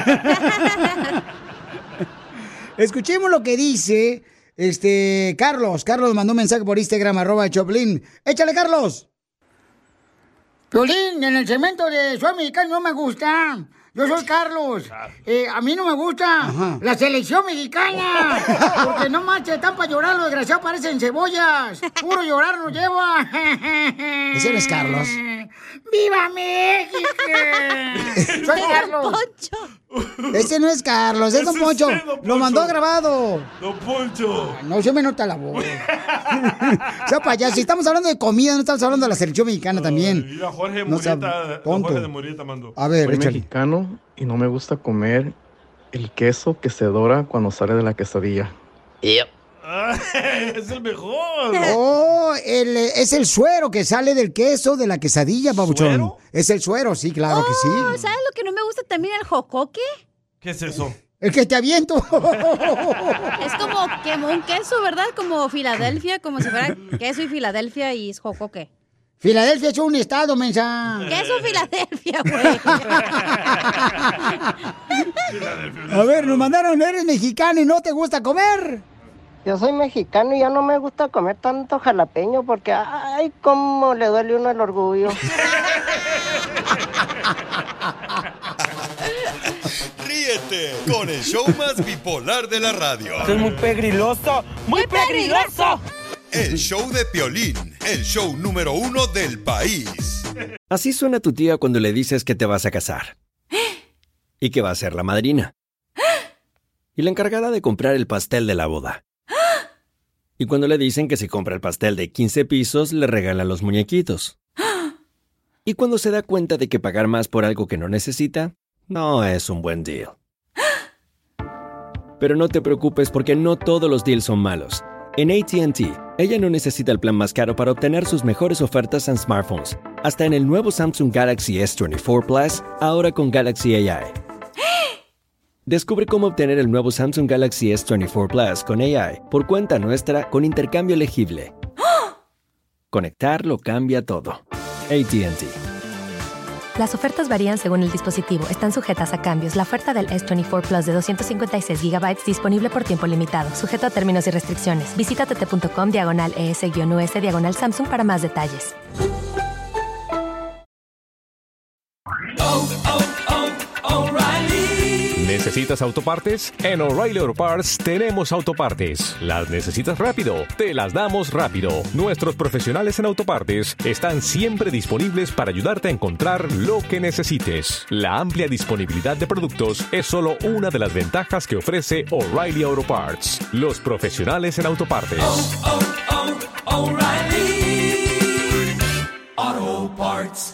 Speaker 4: Escuchemos lo que dice este Carlos. Carlos mandó un mensaje por Instagram, arroba Choplin. ¡Échale, Carlos! Piolín, en el segmento de Soy Mexicano no me gusta. Yo soy Carlos. Eh, a mí no me gusta Ajá. la selección mexicana. Porque no manches, están para llorar, los desgraciados parecen cebollas. Puro llorar nos lleva. Ese no es Carlos. ¡Viva México! Soy Carlos. Ese no es Carlos, es Don Poncho. Don Poncho. Lo mandó grabado.
Speaker 5: Don Poncho.
Speaker 4: Ay, no se me nota la voz. O sea, payaso, si estamos hablando de comida, no estamos hablando de la selección mexicana también.
Speaker 5: Mira, Jorge no Murieta, Jorge de Murieta mandó.
Speaker 4: A ver,
Speaker 18: soy
Speaker 4: échale.
Speaker 18: Mexicano y no me gusta comer el queso que se dora cuando sale de la quesadilla.
Speaker 5: Yep. Es el mejor.
Speaker 4: Oh, el, es el suero que sale del queso de la quesadilla, papuchón. ¿Suero? Es el suero, sí, claro
Speaker 7: oh,
Speaker 4: que sí.
Speaker 7: ¿Sabes lo que no me gusta también? El jocoque.
Speaker 5: ¿Qué es eso?
Speaker 4: El que te aviento.
Speaker 7: Es como que un queso, ¿verdad? Como Filadelfia, como si fuera queso y Filadelfia y es jocoque.
Speaker 4: Filadelfia es un estado, mensa.
Speaker 7: Queso Filadelfia, güey.
Speaker 4: A ver, nos mandaron, eres mexicano y no te gusta comer.
Speaker 15: Yo soy mexicano y ya no me gusta comer tanto jalapeño porque, ay, cómo le duele uno el orgullo.
Speaker 3: Ríete con el show más bipolar de la radio.
Speaker 9: Esto es muy pegriloso, muy pegriloso.
Speaker 3: El show de Piolín, el show número uno del país.
Speaker 19: Así suena tu tía cuando le dices que te vas a casar. Y que va a ser la madrina. Y la encargada de comprar el pastel de la boda. Y cuando le dicen que si compra el pastel de quince pisos, le regalan los muñequitos. Y cuando se da cuenta de que pagar más por algo que no necesita, no es un buen deal. Pero no te preocupes porque no todos los deals son malos. En A T and T, ella no necesita el plan más caro para obtener sus mejores ofertas en smartphones. Hasta en el nuevo Samsung Galaxy S veinticuatro Plus, ahora con Galaxy A I. Descubre cómo obtener el nuevo Samsung Galaxy S veinticuatro Plus con A I por cuenta nuestra con intercambio elegible. Conectar lo cambia todo. A T and T.
Speaker 20: Las ofertas varían según el dispositivo. Están sujetas a cambios. La oferta del S veinticuatro Plus de doscientos cincuenta y seis gigabytes disponible por tiempo limitado. Sujeto a términos y restricciones. Visita tt.com diagonal es-us diagonal Samsung para más detalles.
Speaker 21: ¿Necesitas autopartes? En O'Reilly Auto Parts tenemos autopartes. ¿Las necesitas rápido? Te las damos rápido. Nuestros profesionales en autopartes están siempre disponibles para ayudarte a encontrar lo que necesites. La amplia disponibilidad de productos es solo una de las ventajas que ofrece O'Reilly Auto Parts. Los profesionales en autopartes.
Speaker 10: Oh, oh, oh, O'Reilly Auto Parts.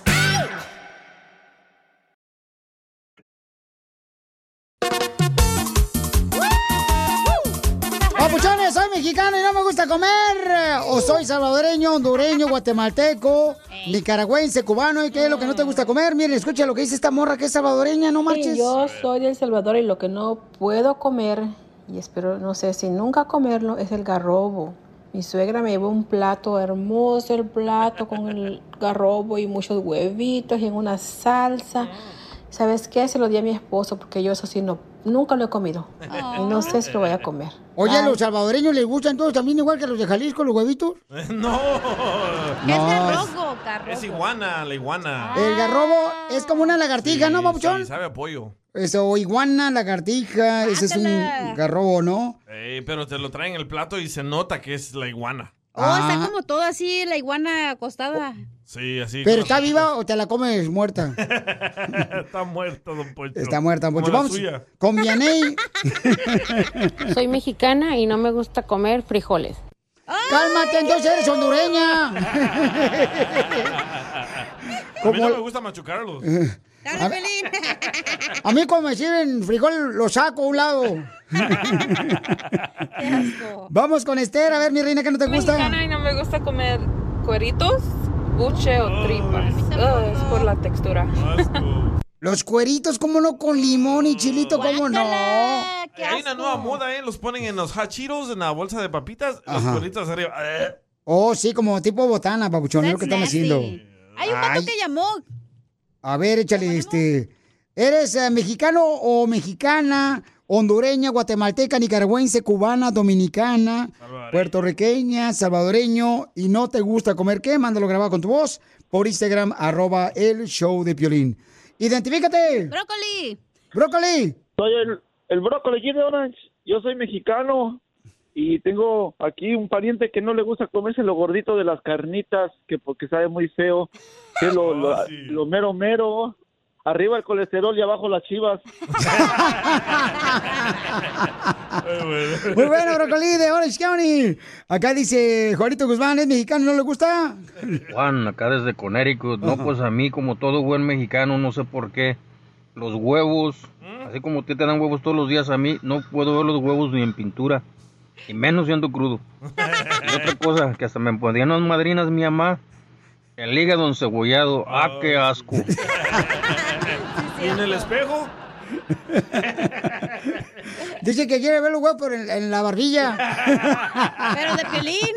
Speaker 4: Papuchones, soy mexicano y no me gusta comer. O soy salvadoreño, hondureño, guatemalteco, nicaragüense, cubano. ¿Y qué es lo que no te gusta comer? Miren, escucha lo que dice esta morra que es salvadoreña, no marches.
Speaker 22: Sí, yo soy de El Salvador y lo que no puedo comer, y espero, no sé si nunca comerlo, es el garrobo. Mi suegra me llevó un plato hermoso, el plato con el garrobo y muchos huevitos y en una salsa. ¿Sabes qué? Se lo di a mi esposo porque yo eso sí no, nunca lo he comido. Y no sé si lo voy a comer.
Speaker 4: Oye, ¿a
Speaker 22: Ay.
Speaker 4: los salvadoreños les gustan todos también igual que los de Jalisco, los huevitos?
Speaker 5: No.
Speaker 4: ¿Qué es
Speaker 7: garrobo, garrobo?
Speaker 5: Es iguana, la iguana.
Speaker 4: El garrobo es como una lagartija, ¿no, papuchón?
Speaker 5: Sí, sabe a pollo.
Speaker 4: Eso, iguana, lagartija, ese es un garrobo, ¿no?
Speaker 5: Eh, pero te lo traen en el plato y se nota que es la iguana.
Speaker 7: Oh, está como todo así, la iguana acostada.
Speaker 5: Sí, así.
Speaker 4: ¿Pero está viva o te la comes muerta?
Speaker 5: Está muerto, don Poncho.
Speaker 4: Está muerta, don Poncho.
Speaker 5: Como la
Speaker 4: Vamos
Speaker 5: suya.
Speaker 4: con Vianey.
Speaker 23: Soy mexicana y no me gusta comer frijoles.
Speaker 4: Cálmate, entonces eres hondureña.
Speaker 5: A mí no me gusta machucarlos.
Speaker 4: A, a mí cuando me sirven frijol lo saco a un lado. Vamos con Esther, a ver mi reina, ¿qué no te gusta?
Speaker 24: Mexicana y no me gusta comer cueritos, buche o tripas. Ugh, es por la textura.
Speaker 4: Los cueritos, ¿cómo no? Con limón y chilito, ¿cómo no?
Speaker 5: Hay una nueva moda, ¿eh? Los ponen en los hot Cheetos, en la bolsa de papitas, los
Speaker 4: Ajá.
Speaker 5: cueritos arriba. Eh.
Speaker 4: Oh, sí, como tipo botana, papuchón, es lo que están
Speaker 7: That's
Speaker 4: haciendo.
Speaker 7: Hay un vato
Speaker 4: Ay.
Speaker 7: que llamó.
Speaker 4: A ver, échale, este... ¿Eres eh, mexicano o mexicana, hondureña, guatemalteca, nicaragüense, cubana, dominicana, puertorriqueña, salvadoreño y no te gusta comer qué? Mándalo grabado con tu voz por Instagram, arroba el show de Piolín. ¡Identifícate!
Speaker 7: ¡Brócoli!
Speaker 4: ¡Brócoli!
Speaker 25: Soy el, el brócoli aquí de Orange. Yo soy mexicano y tengo aquí un pariente que no le gusta comerse lo gordito de las carnitas, que porque sabe muy feo, que es lo, lo, lo mero mero. Arriba el colesterol y abajo las chivas.
Speaker 4: Muy bueno, Brócoli de Orange County. Acá dice Juanito Guzmán, ¿es mexicano? ¿No le gusta?
Speaker 26: Juan, acá desde Connecticut. No, pues a mí, como todo buen mexicano, no sé por qué. Los huevos, así como te dan huevos todos los días, a mí no puedo ver los huevos ni en pintura. Y menos siendo crudo. Y otra cosa, que hasta me ponían las madrinas mi mamá. El hígado encebollado. ¡Ah, qué asco!
Speaker 5: ¿Y en el espejo?
Speaker 4: Dice que quiere ver los huevos pero en, en la barbilla.
Speaker 7: Pero de Piolín.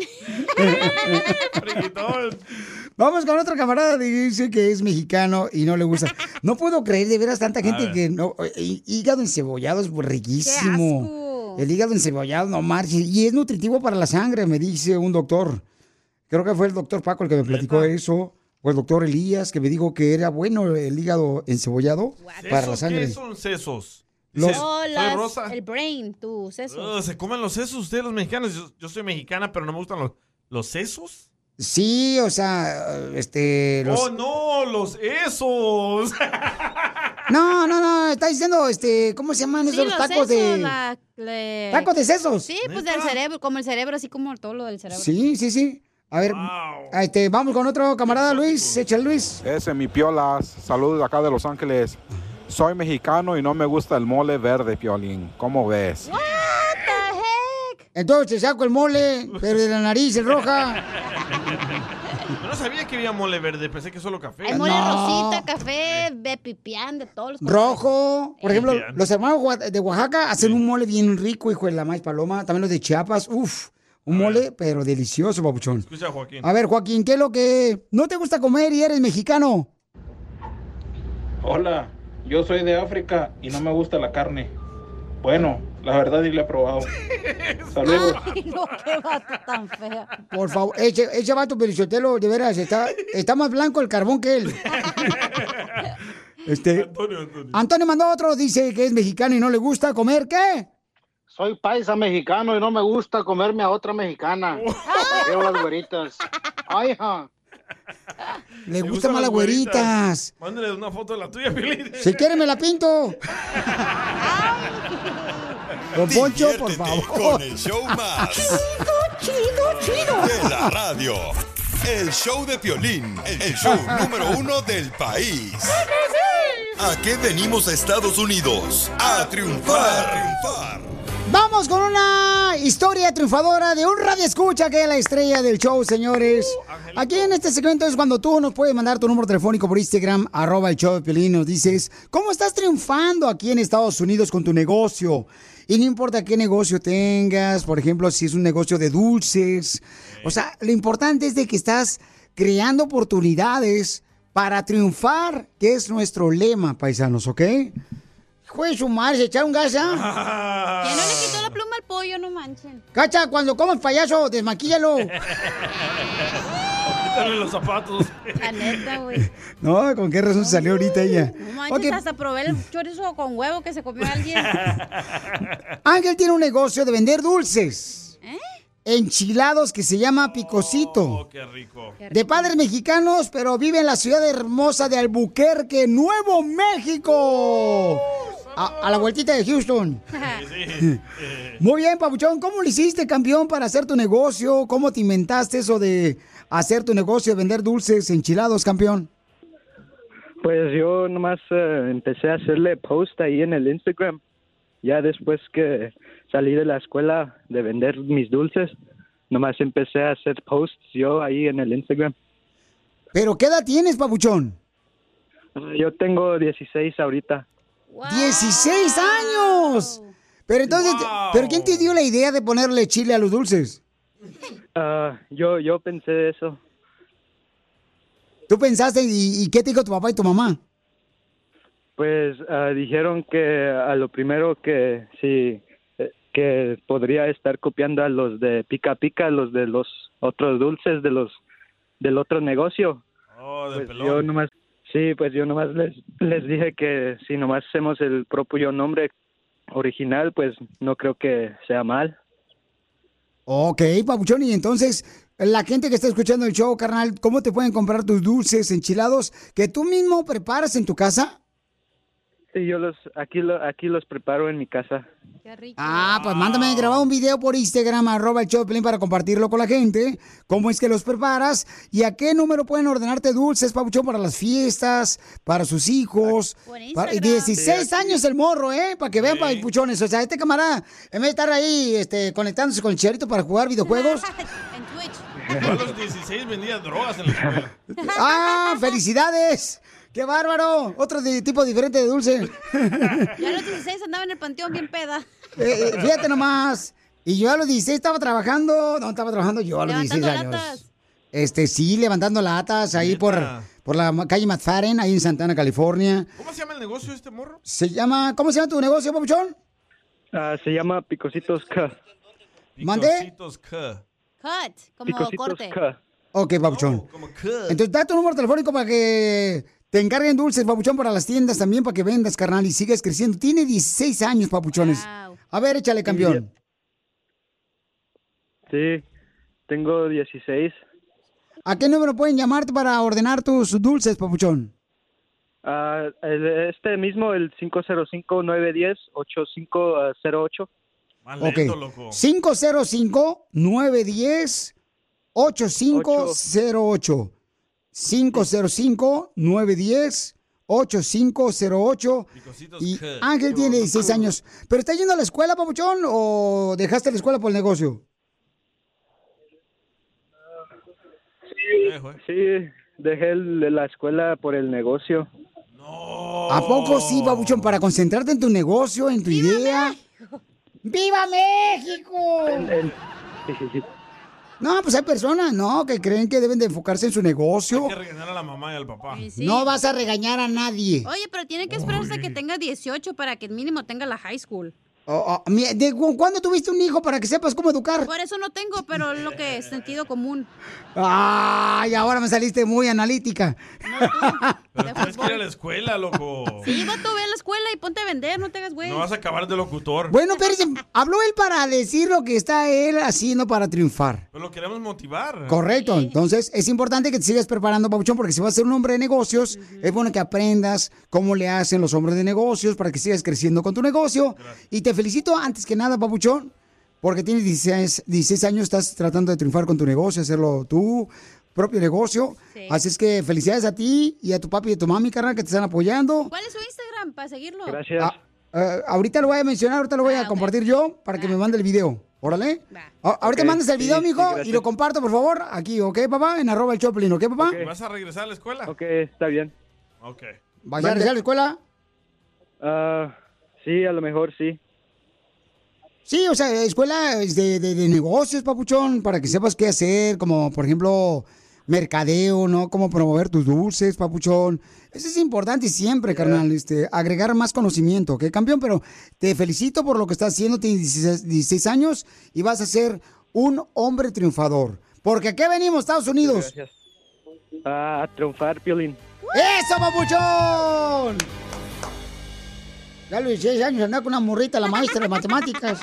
Speaker 4: Vamos con otro camarada que dice que es mexicano y no le gusta. No puedo creer de veras tanta gente que no. hí- Hígado encebollado es riquísimo. El hígado encebollado, no marches. Y es nutritivo para la sangre, me dice un doctor. Creo que fue el doctor Paco el que me platicó eso. O el doctor Elías que me dijo que era bueno el hígado encebollado para la
Speaker 5: ¿Sesos?
Speaker 4: sangre.
Speaker 5: ¿Qué son sesos?
Speaker 4: Los-
Speaker 5: Dices,
Speaker 7: Oh,
Speaker 5: soy
Speaker 7: las-
Speaker 5: rosa.
Speaker 7: el brain, tu seso.
Speaker 5: Ugh, ¿Se comen los sesos ustedes los mexicanos? Yo, yo soy mexicana, pero no me gustan los, los sesos.
Speaker 4: Sí, o sea, este... Los...
Speaker 5: ¡Oh, no! ¡Los esos!
Speaker 4: No, no, no, está diciendo, este, ¿cómo se llaman
Speaker 7: Sí,
Speaker 4: esos
Speaker 7: los
Speaker 4: tacos
Speaker 7: sesos,
Speaker 4: de...?
Speaker 7: la- le-
Speaker 4: ¿Tacos de sesos?
Speaker 7: Sí, pues del cerebro, como el cerebro, así como todo lo del cerebro.
Speaker 4: Sí, sí, sí. A ver, este, vamos con otro camarada, Luis. Échale, Luis.
Speaker 27: Ese, mi Piolas. Saludos de acá de Los Ángeles. Soy mexicano y no me gusta el mole verde, Piolín. ¿Cómo ves?
Speaker 7: What the heck?
Speaker 4: Entonces te saco el mole, pero de la nariz es roja.
Speaker 5: Yo no sabía que había mole verde, pensé que solo café.
Speaker 7: Hay mole
Speaker 4: No.
Speaker 7: rosita, café, de pipián, de todos los colores.
Speaker 4: Rojo. Por ejemplo,
Speaker 5: Pipián.
Speaker 4: los hermanos Gua- de Oaxaca hacen un mole bien rico, hijo de la maíz paloma. También los de Chiapas, uf, un mole, pero delicioso, papuchón.
Speaker 5: Escucha, Joaquín.
Speaker 4: A ver, Joaquín, ¿qué es lo que no te gusta comer y eres mexicano?
Speaker 1: Hola, yo soy de África y no me gusta la carne. Bueno, la verdad ni la he probado. Saludos.
Speaker 7: Ay, no, qué vato tan fea.
Speaker 4: Por favor, ese, ese vato Pelichotelo, de veras, está, está más blanco el carbón que él. Este,
Speaker 5: Antonio, Antonio.
Speaker 4: Antonio mandó otro, dice que es mexicano y no le gusta comer, ¿qué?
Speaker 2: Soy paisa mexicano y no me gusta comerme a otra mexicana. Prefiero las güeritas. Ay, ja.
Speaker 4: Le gustan más las güeritas.
Speaker 5: Mándale una foto de la tuya, Piolín.
Speaker 4: Si quiere me la pinto. Don Poncho, por
Speaker 3: Diviértete
Speaker 4: favor.
Speaker 3: con el show más
Speaker 4: Chido, chido, chido.
Speaker 3: de la radio. El show de Piolín, el show número uno del país. ¿A qué venimos a Estados Unidos? A triunfar. triunfar.
Speaker 4: Vamos con una historia triunfadora de un radioescucha que es la estrella del show, señores. Aquí en este segmento es cuando tú nos puedes mandar tu número telefónico por Instagram, arroba el show de Piolín, nos dices cómo estás triunfando aquí en Estados Unidos con tu negocio. Y no importa qué negocio tengas, por ejemplo, si es un negocio de dulces. O sea, lo importante es de que estás creando oportunidades para triunfar, que es nuestro lema, paisanos, ¿ok? Juez su madre, se echaron gas, ¿ah?
Speaker 7: Que no le quitó la pluma al pollo, no manchen.
Speaker 4: Cacha, cuando comas payaso, desmaquíllalo.
Speaker 5: Quítale los zapatos.
Speaker 7: La neta, güey.
Speaker 4: No, ¿con qué razón salió ahorita ella?
Speaker 7: No manches,
Speaker 4: Ok,
Speaker 7: hasta probé el chorizo con huevo que se comió alguien.
Speaker 4: Ángel tiene un negocio de vender dulces.
Speaker 7: ¿Eh?
Speaker 4: Enchilados que se llama Picosito.
Speaker 5: Oh, qué rico.
Speaker 4: De padres mexicanos, pero vive en la ciudad hermosa de Albuquerque, Nuevo México. A, a la vueltita de Houston. Muy bien, Papuchón. ¿Cómo lo hiciste, campeón, para hacer tu negocio? ¿Cómo te inventaste eso de hacer tu negocio de vender dulces enchilados, campeón?
Speaker 25: Pues yo nomás eh, empecé a hacerle post ahí en el Instagram. Ya después que salí de la escuela de vender mis dulces, nomás empecé a hacer posts yo ahí en el Instagram.
Speaker 4: ¿Pero qué edad tienes, Papuchón?
Speaker 25: Yo tengo dieciséis ahorita.
Speaker 4: ¡dieciséis años! Pero entonces,
Speaker 25: Wow.
Speaker 4: ¿pero quién te dio la idea de ponerle chile a los dulces?
Speaker 25: Ah, yo, yo pensé eso.
Speaker 4: ¿Tú pensaste y, y qué te dijo tu papá y tu mamá?
Speaker 25: Pues ah, dijeron que a lo primero que sí, eh, que podría estar copiando a los de Pica Pica, los de los otros dulces de los del otro negocio.
Speaker 5: Oh, de
Speaker 25: Pues
Speaker 5: pelón.
Speaker 25: yo nomás, sí, pues yo nomás les, les dije que si nomás hacemos el propio nombre original, pues no creo que sea mal.
Speaker 4: Ok, Papuchón, y entonces, la gente que está escuchando el show, carnal, ¿cómo te pueden comprar tus dulces enchilados que tú mismo preparas en tu casa?
Speaker 25: Sí, yo los, aquí, lo, aquí los preparo en mi casa.
Speaker 4: Ah, pues mándame grabar un video por Instagram, arroba el show de Piolín, para compartirlo con la gente. ¿Cómo es que los preparas? ¿Y a qué número pueden ordenarte dulces, Papuchón, para las fiestas, para sus hijos? Para, dieciséis años el morro, ¿eh? Para que vean, Papuchones. O sea, este camarada, en vez de estar ahí este, conectándose con el Chicharito para jugar videojuegos.
Speaker 5: Yo a los dieciséis vendía drogas en la escuela.
Speaker 4: ¡Ah, felicidades! ¡Qué bárbaro! Otro de- tipo diferente de dulce.
Speaker 7: Ya a los dieciséis andaba en el panteón bien peda.
Speaker 4: Eh, eh, fíjate nomás. Y yo a los dieciséis estaba trabajando. No, estaba trabajando yo a los dieciséis
Speaker 7: Levantando
Speaker 4: años.
Speaker 7: latas.
Speaker 4: Este, sí, levantando latas ahí por, por la ma- calle McFarren, ahí en Santana, California.
Speaker 5: ¿Cómo se llama el negocio de este morro?
Speaker 4: Se llama, ¿cómo se llama tu negocio, Papuchón?
Speaker 25: Ah, se llama Picositos K.
Speaker 4: ¿Mande?
Speaker 5: Picositos K.
Speaker 7: Cut, como
Speaker 25: Picositos
Speaker 7: corte.
Speaker 25: K.
Speaker 4: Ok, Papuchón. Entonces, da tu número telefónico para que te encarguen dulces, Papuchón, para las tiendas también, para que vendas, carnal, y sigas creciendo. Tiene dieciséis años, Papuchones. A ver, échale, campeón.
Speaker 25: Sí, tengo dieciséis.
Speaker 4: ¿A qué número pueden llamarte para ordenar tus dulces, Papuchón?
Speaker 25: Ah, el- este mismo, el cinco cero cinco, nueve uno cero, ocho cinco cero ocho.
Speaker 4: Ok. cinco cero cinco, nueve uno cero, ocho cinco cero ocho. cinco cero cinco, nueve uno cero, ocho cinco cero ocho. Y Ángel tiene dieciséis años. ¿Pero está yendo a la escuela, papuchón, o dejaste la escuela por el negocio?
Speaker 6: Sí, dejé el- la escuela por el negocio.
Speaker 4: ¿A poco sí, papuchón, para concentrarte en tu negocio, en tu idea? ¡Viva México! No, pues hay personas, ¿no? Que creen que deben de enfocarse en su negocio.
Speaker 5: Hay que regañar a la mamá y al papá.
Speaker 4: No vas a regañar a nadie.
Speaker 7: Oye, pero tiene que esperar hasta que tenga dieciocho para que mínimo tenga la high school.
Speaker 4: Oh, oh, mi- ¿de cu- cuándo tuviste un hijo para que sepas cómo educar?
Speaker 7: Por eso no tengo, pero lo que es sentido común.
Speaker 4: Ay, ahora me saliste muy analítica.
Speaker 5: Pero tienes que ir a la escuela, loco.
Speaker 7: Sí, vato, ve a la escuela y ponte a vender, no te hagas güey.
Speaker 5: No vas a acabar de locutor.
Speaker 4: Bueno, pero habló él para decir lo que está él haciendo para triunfar.
Speaker 5: Pero lo queremos motivar.
Speaker 4: Correcto, entonces es importante que te sigas preparando, papuchón, porque si vas a ser un hombre de negocios, es bueno que aprendas cómo le hacen los hombres de negocios para que sigas creciendo con tu negocio. Y te felicito antes que nada, papuchón, porque tienes dieciséis, dieciséis años, estás tratando de triunfar con tu negocio, hacerlo tu propio negocio.
Speaker 7: Sí.
Speaker 4: Así es que felicidades a ti y a tu papi y a tu mami, carnal, que te están apoyando.
Speaker 7: ¿Cuál es su Instagram para seguirlo?
Speaker 4: Ah, eh, ahorita lo voy a mencionar, ahorita lo voy a compartir yo para que me mande el video. Órale. A- ahorita
Speaker 5: Ok,
Speaker 4: mandas el video,
Speaker 5: sí, sí,
Speaker 4: mijo,
Speaker 5: gracias.
Speaker 4: y lo comparto, por favor, aquí, ¿ok, papá? En arroba el Choplin, ¿ok, papá?
Speaker 5: ¿Y ¿Vas a regresar a la escuela?
Speaker 6: Ok, está bien.
Speaker 5: Ok.
Speaker 4: ¿Vas a regresar a la escuela?
Speaker 6: Ah, sí, a lo mejor sí.
Speaker 4: Sí, o sea, escuela de, de, de negocios, papuchón, para que sepas qué hacer, como, por ejemplo, mercadeo, ¿no? Cómo promover tus dulces, papuchón. Eso es importante siempre, carnal, este, agregar más conocimiento, ¿ok, campeón? Pero te felicito por lo que estás haciendo, tienes dieciséis, dieciséis años y vas a ser un hombre triunfador. Porque aquí venimos, Estados Unidos.
Speaker 6: Gracias. Ah, a triunfar, Piolín.
Speaker 4: ¡Eso, papuchón! Ya a los dieciséis años andaba con una morrita, la maestra de matemáticas.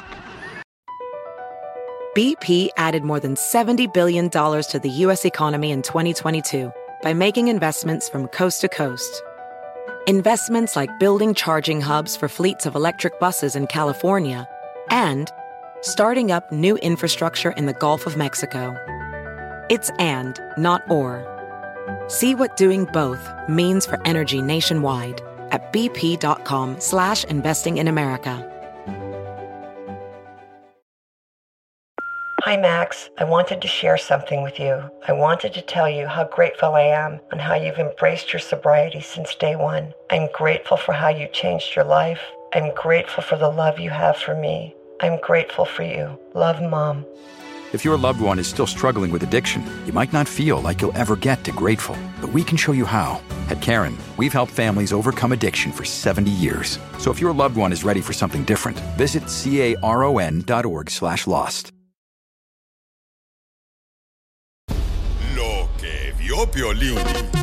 Speaker 8: B P added more than seventy billion dollars to the U S economy in twenty twenty-two by making investments from coast to coast. Investments like building charging hubs for fleets of electric buses in California and starting up new infrastructure in the Gulf of Mexico. It's and, not or. See what doing both means for energy nationwide at bp.com slash investing in America.
Speaker 11: Hi, Max. I wanted to share something with you. I wanted to tell you how grateful I am and how you've embraced your sobriety since day one. I'm grateful for how you changed your life. I'm grateful for the love you have for me. I'm grateful for you. Love, Mom.
Speaker 12: If your loved one is still struggling with addiction, you might not feel like you'll ever get to grateful, but we can show you how. At Karen, we've helped families overcome addiction for seventy years. So if your loved one is ready for something different, visit caron.org slash lost.
Speaker 3: Lo que vio Piolín.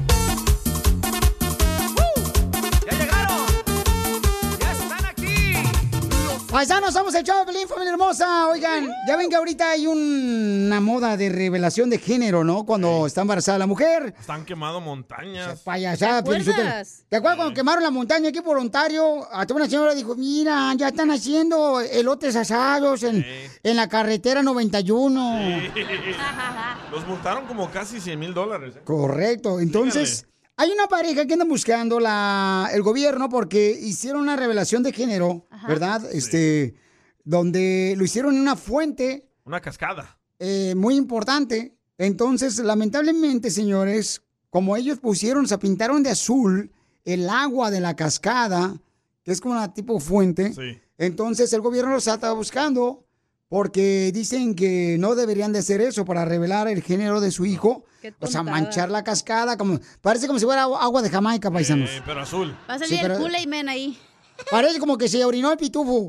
Speaker 4: Paisanos, somos el show de Pelín, familia hermosa. Oigan, ya ven que ahorita hay un- una moda de revelación de género, ¿no? Cuando está embarazada la mujer.
Speaker 5: Están quemando montañas.
Speaker 4: Payasada,
Speaker 5: ¿Te
Speaker 4: Piolín Sotelo.
Speaker 5: acuerdas?
Speaker 4: ¿Te acuerdas cuando quemaron la montaña aquí por Ontario? Hasta una señora dijo, mira, ya están haciendo elotes asados en, en la carretera noventa y uno.
Speaker 5: Los multaron como casi cien mil dólares. ¿eh?
Speaker 4: Correcto. Entonces, hay una pareja que anda buscando la, el gobierno porque hicieron una revelación de género, ¿verdad? Este, donde lo hicieron en una fuente
Speaker 5: Una cascada.
Speaker 4: eh, muy importante. Entonces, lamentablemente, señores, como ellos pusieron, se pintaron de azul el agua de la cascada, que es como una tipo fuente.
Speaker 5: Sí.
Speaker 4: Entonces, el gobierno los está buscando porque dicen que no deberían de hacer eso para revelar el género de su hijo. O sea,
Speaker 7: tontada.
Speaker 4: manchar la cascada, como parece como si fuera agua agua de Jamaica, paisanos.
Speaker 5: Eh, pero azul.
Speaker 7: Va a salir
Speaker 4: Sí, pero-
Speaker 7: el Kool-Aid Man ahí.
Speaker 4: Parece como que se orinó el pitufo.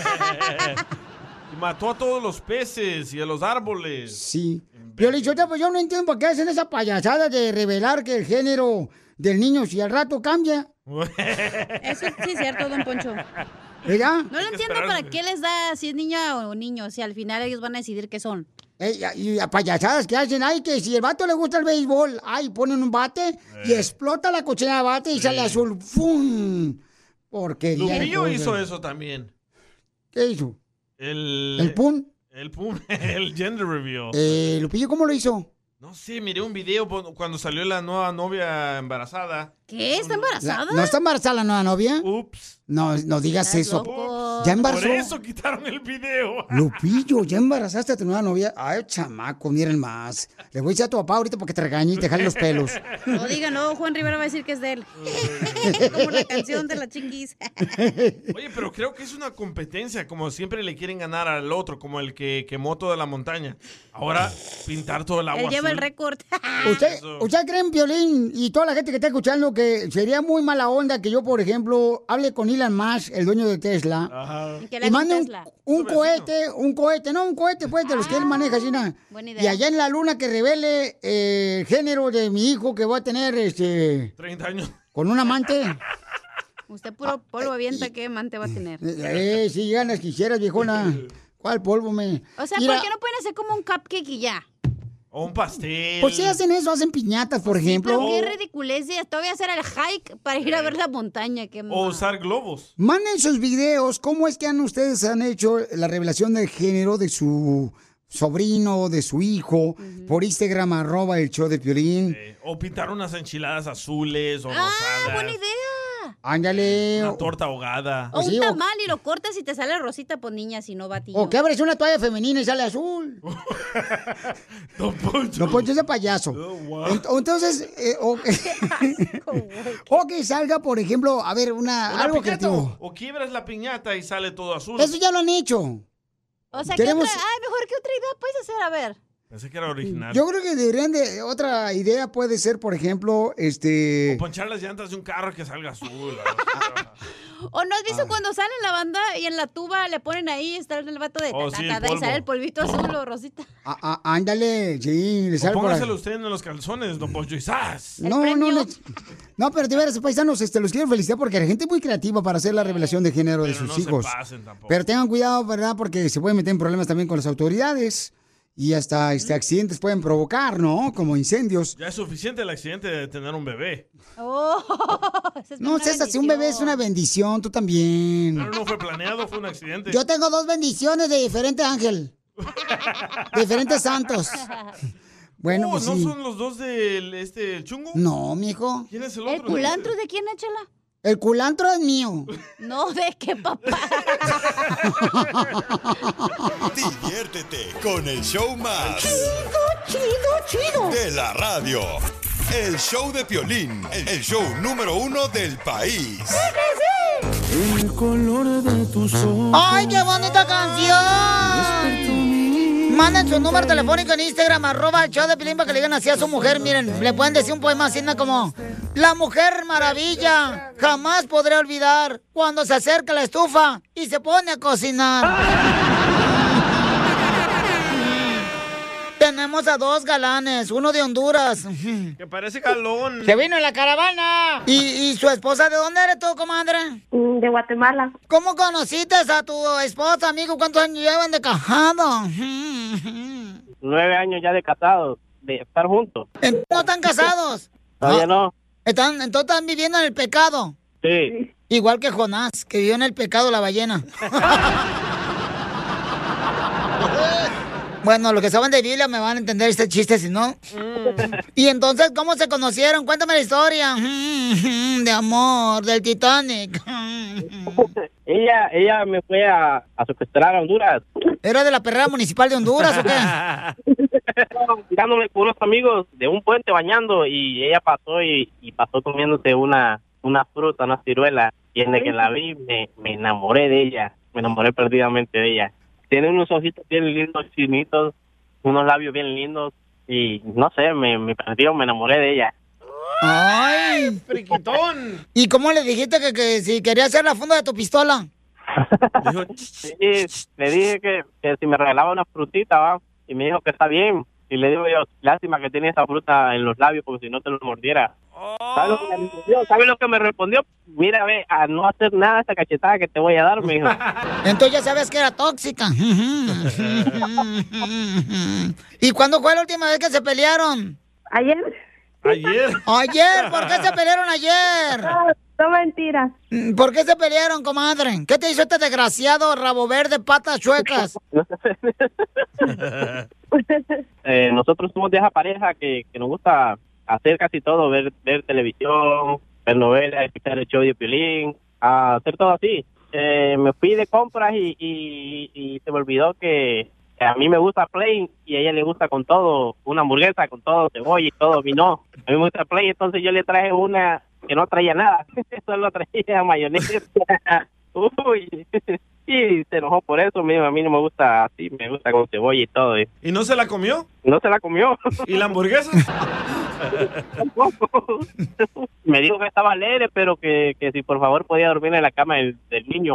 Speaker 5: Y mató a todos los peces y a los árboles.
Speaker 4: Sí. Yo le digo, pues yo no entiendo por qué hacen esa payasada de revelar que el género del niño si al rato cambia.
Speaker 7: Eso sí es cierto, don Poncho.
Speaker 4: ¿Verdad?
Speaker 7: No lo entiendo para qué les da si es niña o niño, si al final ellos van a decidir qué son.
Speaker 4: Ey, y a payasadas que hacen, ay, que si el vato le gusta el béisbol, ay, ponen un bate y explota la cochina de bate y sale azul. ¡Fum! Porquería. de
Speaker 5: Lupillo
Speaker 4: cosas.
Speaker 5: hizo eso también.
Speaker 4: ¿Qué hizo?
Speaker 5: El...
Speaker 4: ¿El pun?
Speaker 5: El pun, el gender reveal.
Speaker 4: Eh, Lupillo, ¿cómo lo hizo?
Speaker 5: No sé, miré un video po- cuando salió la nueva novia embarazada.
Speaker 7: ¿Qué? ¿Está embarazada?
Speaker 4: La- ¿No está embarazada la nueva novia?
Speaker 5: Ups.
Speaker 4: No, no digas
Speaker 7: Estás
Speaker 4: eso.
Speaker 7: loco.
Speaker 4: Ya embarazó.
Speaker 5: Por eso quitaron el video.
Speaker 4: Lupillo, ¿ya embarazaste a tu nueva novia? Ay, chamaco, miren más. Le voy a decir a tu papá ahorita porque te regañe y te jale los pelos.
Speaker 7: No diga, no, Juan Rivera va a decir que es de él. Como la canción de la chiquis.
Speaker 5: Oye, pero creo que es una competencia, como siempre le quieren ganar al otro, como el que quemó toda la montaña. Ahora, pintar todo el agua
Speaker 7: Él lleva
Speaker 5: azul.
Speaker 7: el récord.
Speaker 4: ¿Usted, ¿Usted cree, Piolín, y toda la gente que está escuchando, que sería muy mala onda que yo, por ejemplo, hable con Elon Musk, el dueño de Tesla,
Speaker 5: Ajá.
Speaker 7: Que le
Speaker 4: y
Speaker 7: haga un
Speaker 4: mande un,
Speaker 7: Tesla.
Speaker 4: un cohete, un cohete, no un cohete, pues, de los que él maneja, así nada.
Speaker 7: Buena
Speaker 4: Y
Speaker 7: idea.
Speaker 4: allá en la luna que revele eh, el género de mi hijo que va a tener, este,
Speaker 5: treinta años.
Speaker 4: con un amante.
Speaker 7: Usted puro polvo avienta, ¿qué amante va a tener?
Speaker 4: Eh, si ganas quisieras, viejona. ¿Cuál polvo me?
Speaker 7: O sea,
Speaker 4: Mira,
Speaker 7: ¿por qué no pueden hacer como un cupcake y ya?
Speaker 5: O un pastel.
Speaker 4: Pues si hacen eso, hacen piñatas, por ejemplo.
Speaker 7: Pero qué ridiculez, y todavía hacer el hike para ir a ver la montaña. Qué
Speaker 5: O usar globos.
Speaker 4: Manden sus videos. ¿Cómo es que han, ustedes han hecho la revelación del género de su sobrino, de su hijo, por Instagram, arroba el show de Piolín?
Speaker 5: Eh, o pintar unas enchiladas azules o
Speaker 7: Ah,
Speaker 5: rosadas.
Speaker 7: buena idea.
Speaker 4: Ándale.
Speaker 5: Una torta ahogada.
Speaker 7: O un
Speaker 4: Sí, o-
Speaker 7: tamal y lo cortas y te sale rosita, pues niña, si no batillo.
Speaker 4: O que abres una toalla femenina y sale azul.
Speaker 5: Don Poncho.
Speaker 4: No, Poncho, ese payaso. Ent- Entonces, eh, o, o que salga, por ejemplo, a ver, una,
Speaker 5: Una
Speaker 4: algo
Speaker 5: piñata,
Speaker 4: creativo.
Speaker 5: o, o quiebras la piñata y sale todo azul.
Speaker 4: Eso ya lo han hecho.
Speaker 7: O sea, ¿qué
Speaker 4: Queremos-
Speaker 7: otra? Ay, mejor, ¿qué otra idea puedes hacer? A ver.
Speaker 5: Pensé que era original.
Speaker 4: Yo creo que deberían de, otra idea puede ser, por ejemplo, este...
Speaker 5: Ponchar las llantas de un carro que salga azul.
Speaker 7: ¿O no has visto cuando sale la banda y en la tuba le ponen ahí, está el vato de
Speaker 5: Oh,
Speaker 7: ta,
Speaker 5: sí,
Speaker 7: ta,
Speaker 5: el
Speaker 7: ta, y
Speaker 5: polvo.
Speaker 7: sale el polvito azul o rosita?
Speaker 4: Ah, ah, ándale, sí, le
Speaker 5: O
Speaker 4: sale por ahí.
Speaker 5: póngaselo usted en los calzones, don Poncho, y ¡zas!
Speaker 4: No, no, no. No, pero de veras, paisanos, este, los quiero felicitar porque la gente es muy creativa para hacer la revelación de género de
Speaker 5: Pero
Speaker 4: sus
Speaker 5: no se
Speaker 4: hijos.
Speaker 5: pasen tampoco.
Speaker 4: Pero tengan cuidado, ¿verdad? Porque se pueden meter en problemas también con las autoridades y hasta este, accidentes pueden provocar, ¿no? Como incendios.
Speaker 5: Ya es suficiente el accidente de tener un bebé.
Speaker 7: Oh, esa es
Speaker 4: No,
Speaker 7: una
Speaker 4: César, si un bebé es una bendición, tú también.
Speaker 5: Pero no fue planeado, fue un accidente.
Speaker 4: Yo tengo dos bendiciones de diferente ángel. De diferentes santos. Bueno,
Speaker 5: Oh,
Speaker 4: pues
Speaker 5: ¿no
Speaker 4: sí.
Speaker 5: son los dos del este, el chungo?
Speaker 4: No, mijo.
Speaker 5: ¿Quién es el
Speaker 7: ¿El
Speaker 5: otro?
Speaker 7: culantro de quién, échala?
Speaker 4: El culantro es mío.
Speaker 7: No, ¿de qué, papá?
Speaker 3: Diviértete con el show más.
Speaker 10: Chido, chido, chido.
Speaker 3: De la radio. El show de Piolín. El show número uno del país.
Speaker 10: El color de tus ojos.
Speaker 4: ¡Ay, qué bonita canción! Manden su número telefónico en Instagram, arroba el show de Piolín, para que le digan así a su mujer. Miren, le pueden decir un poema así, ¿no? Como: la mujer maravilla, jamás podré olvidar cuando se acerca a la estufa y se pone a cocinar. Tenemos a dos galanes, uno de Honduras.
Speaker 5: Que parece galón.
Speaker 4: Se vino en la caravana. ¿Y, y su esposa de dónde eres tú, comadre?
Speaker 9: De Guatemala.
Speaker 4: ¿Cómo conociste a tu esposa, amigo? ¿Cuántos años llevan de casado?
Speaker 13: Nueve años ya de casados, de estar juntos.
Speaker 4: ¿No están casados?
Speaker 13: Todavía no.
Speaker 4: Están, entonces están viviendo en el pecado.
Speaker 13: Sí.
Speaker 4: Igual que Jonás, que vivió en el pecado la ballena. Bueno, los que saben de Biblia me van a entender este chiste, si no. Y entonces, ¿cómo se conocieron? Cuéntame la historia. De amor, del Titanic.
Speaker 13: Ella ella me fue a, a secuestrar a Honduras.
Speaker 4: ¿Era de la perrera municipal de Honduras o qué?
Speaker 13: Tirándome con unos amigos de un puente bañando y ella pasó y, y pasó comiéndose una, una fruta, una ciruela. Y desde que la vi me, me enamoré de ella, me enamoré perdidamente de ella. Tiene unos ojitos bien lindos, chinitos, unos labios bien lindos y no sé, me, me perdió, me enamoré de ella.
Speaker 4: ¡Ay!
Speaker 5: ¡Friquitón!
Speaker 4: ¿Y cómo le dijiste que, que si quería hacer la funda de tu pistola?
Speaker 13: Sí, le dije que, que si me regalaba una frutita, ¿va? Y me dijo que está bien. Y le digo yo, lástima que tiene esa fruta en los labios como si no te lo mordiera. ¿Sabes lo que me respondió? ¿Sabes lo que me respondió? Mira, ve, a no hacer nada esta cachetada que te voy a dar, mijo.
Speaker 4: Entonces ya sabes que era tóxica. ¿Y cuándo fue la última vez que se pelearon?
Speaker 9: Ayer.
Speaker 5: ¿Ayer?
Speaker 4: Ayer, ¿por qué se pelearon ayer?
Speaker 9: No, no mentiras.
Speaker 4: ¿Por qué se pelearon, comadre? ¿Qué te hizo este desgraciado rabo verde, patas chuecas?
Speaker 13: eh, nosotros somos de esa pareja que, que nos gusta hacer casi todo, ver, ver televisión, ver novelas, escuchar el show de Piolín, a hacer todo así. Eh, me fui de compras y, y, y se me olvidó que a mí me gusta Play y a ella le gusta con todo, una hamburguesa con todo, cebolla y todo, vino. A mí me gusta Play, entonces yo le traje una que no traía nada, solo traía mayonesa. Uy, y se enojó por eso, me dijo, a mí no me gusta así, me gusta con cebolla y todo. ¿Y
Speaker 5: ¿Y no se la comió?
Speaker 13: no se la comió?
Speaker 5: ¿Y la hamburguesa?
Speaker 13: Tampoco. Me dijo que estaba alegre, pero que, que si por favor podía dormir en la cama del, del niño.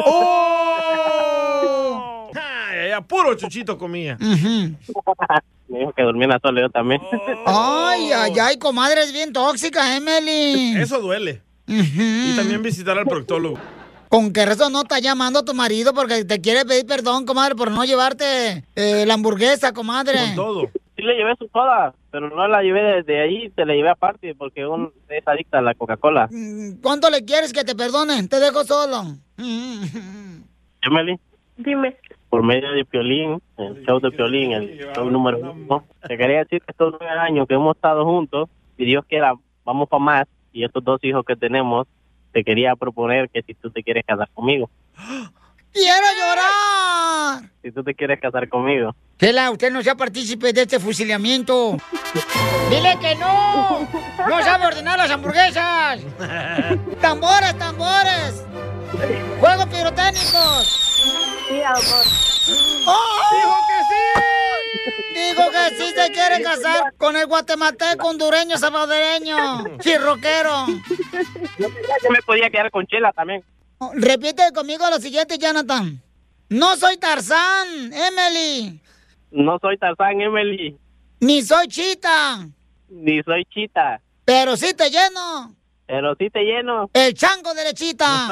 Speaker 5: ¡Oh! Ay, ay, puro chuchito comía.
Speaker 13: Me dijo que durmiera solo yo también.
Speaker 4: Ay, ay, ay, comadre, es bien tóxica, Emily.
Speaker 5: Eso duele. Y también visitar al proctólogo.
Speaker 4: ¿Con qué razón no está llamando a tu marido porque te quiere pedir perdón, comadre, por no llevarte eh, la hamburguesa, comadre?
Speaker 5: Con todo.
Speaker 13: Sí le llevé su soda, pero no la llevé desde ahí, te la llevé aparte porque un, es adicta a la Coca-Cola.
Speaker 4: ¿Cuánto le quieres que te perdone? Te dejo solo.
Speaker 13: Emily,
Speaker 9: Dime.
Speaker 13: por medio de Piolín, el show de Piolín, el show número uno, te quería decir que estos nueve años que hemos estado juntos, si Dios quiera, vamos para más, y estos dos hijos que tenemos, te quería proponer que si tú te quieres casar conmigo.
Speaker 4: ¡Quiero llorar!
Speaker 13: Si tú te quieres casar conmigo.
Speaker 4: Chela, usted no sea partícipe de este fusilamiento. ¡Dile que no! ¡No sabe ordenar las hamburguesas! ¡Tambores, tambores! ¡Juegos pirotécnicos!
Speaker 9: Sí, amor.
Speaker 4: ¡Oh! ¡Dijo que sí! Dijo que sí se quiere casar con el guatemalteco, hondureño, salvadoreño, chirroquero.
Speaker 13: Yo pensaba que me podía quedar con Chela también.
Speaker 4: Repite conmigo lo siguiente, Jonathan. No soy Tarzán, Emily.
Speaker 13: No soy Tarzán, Emily.
Speaker 4: Ni soy Chita.
Speaker 13: Ni soy Chita.
Speaker 4: Pero sí te lleno.
Speaker 13: Pero sí te lleno.
Speaker 4: El chango de lechita.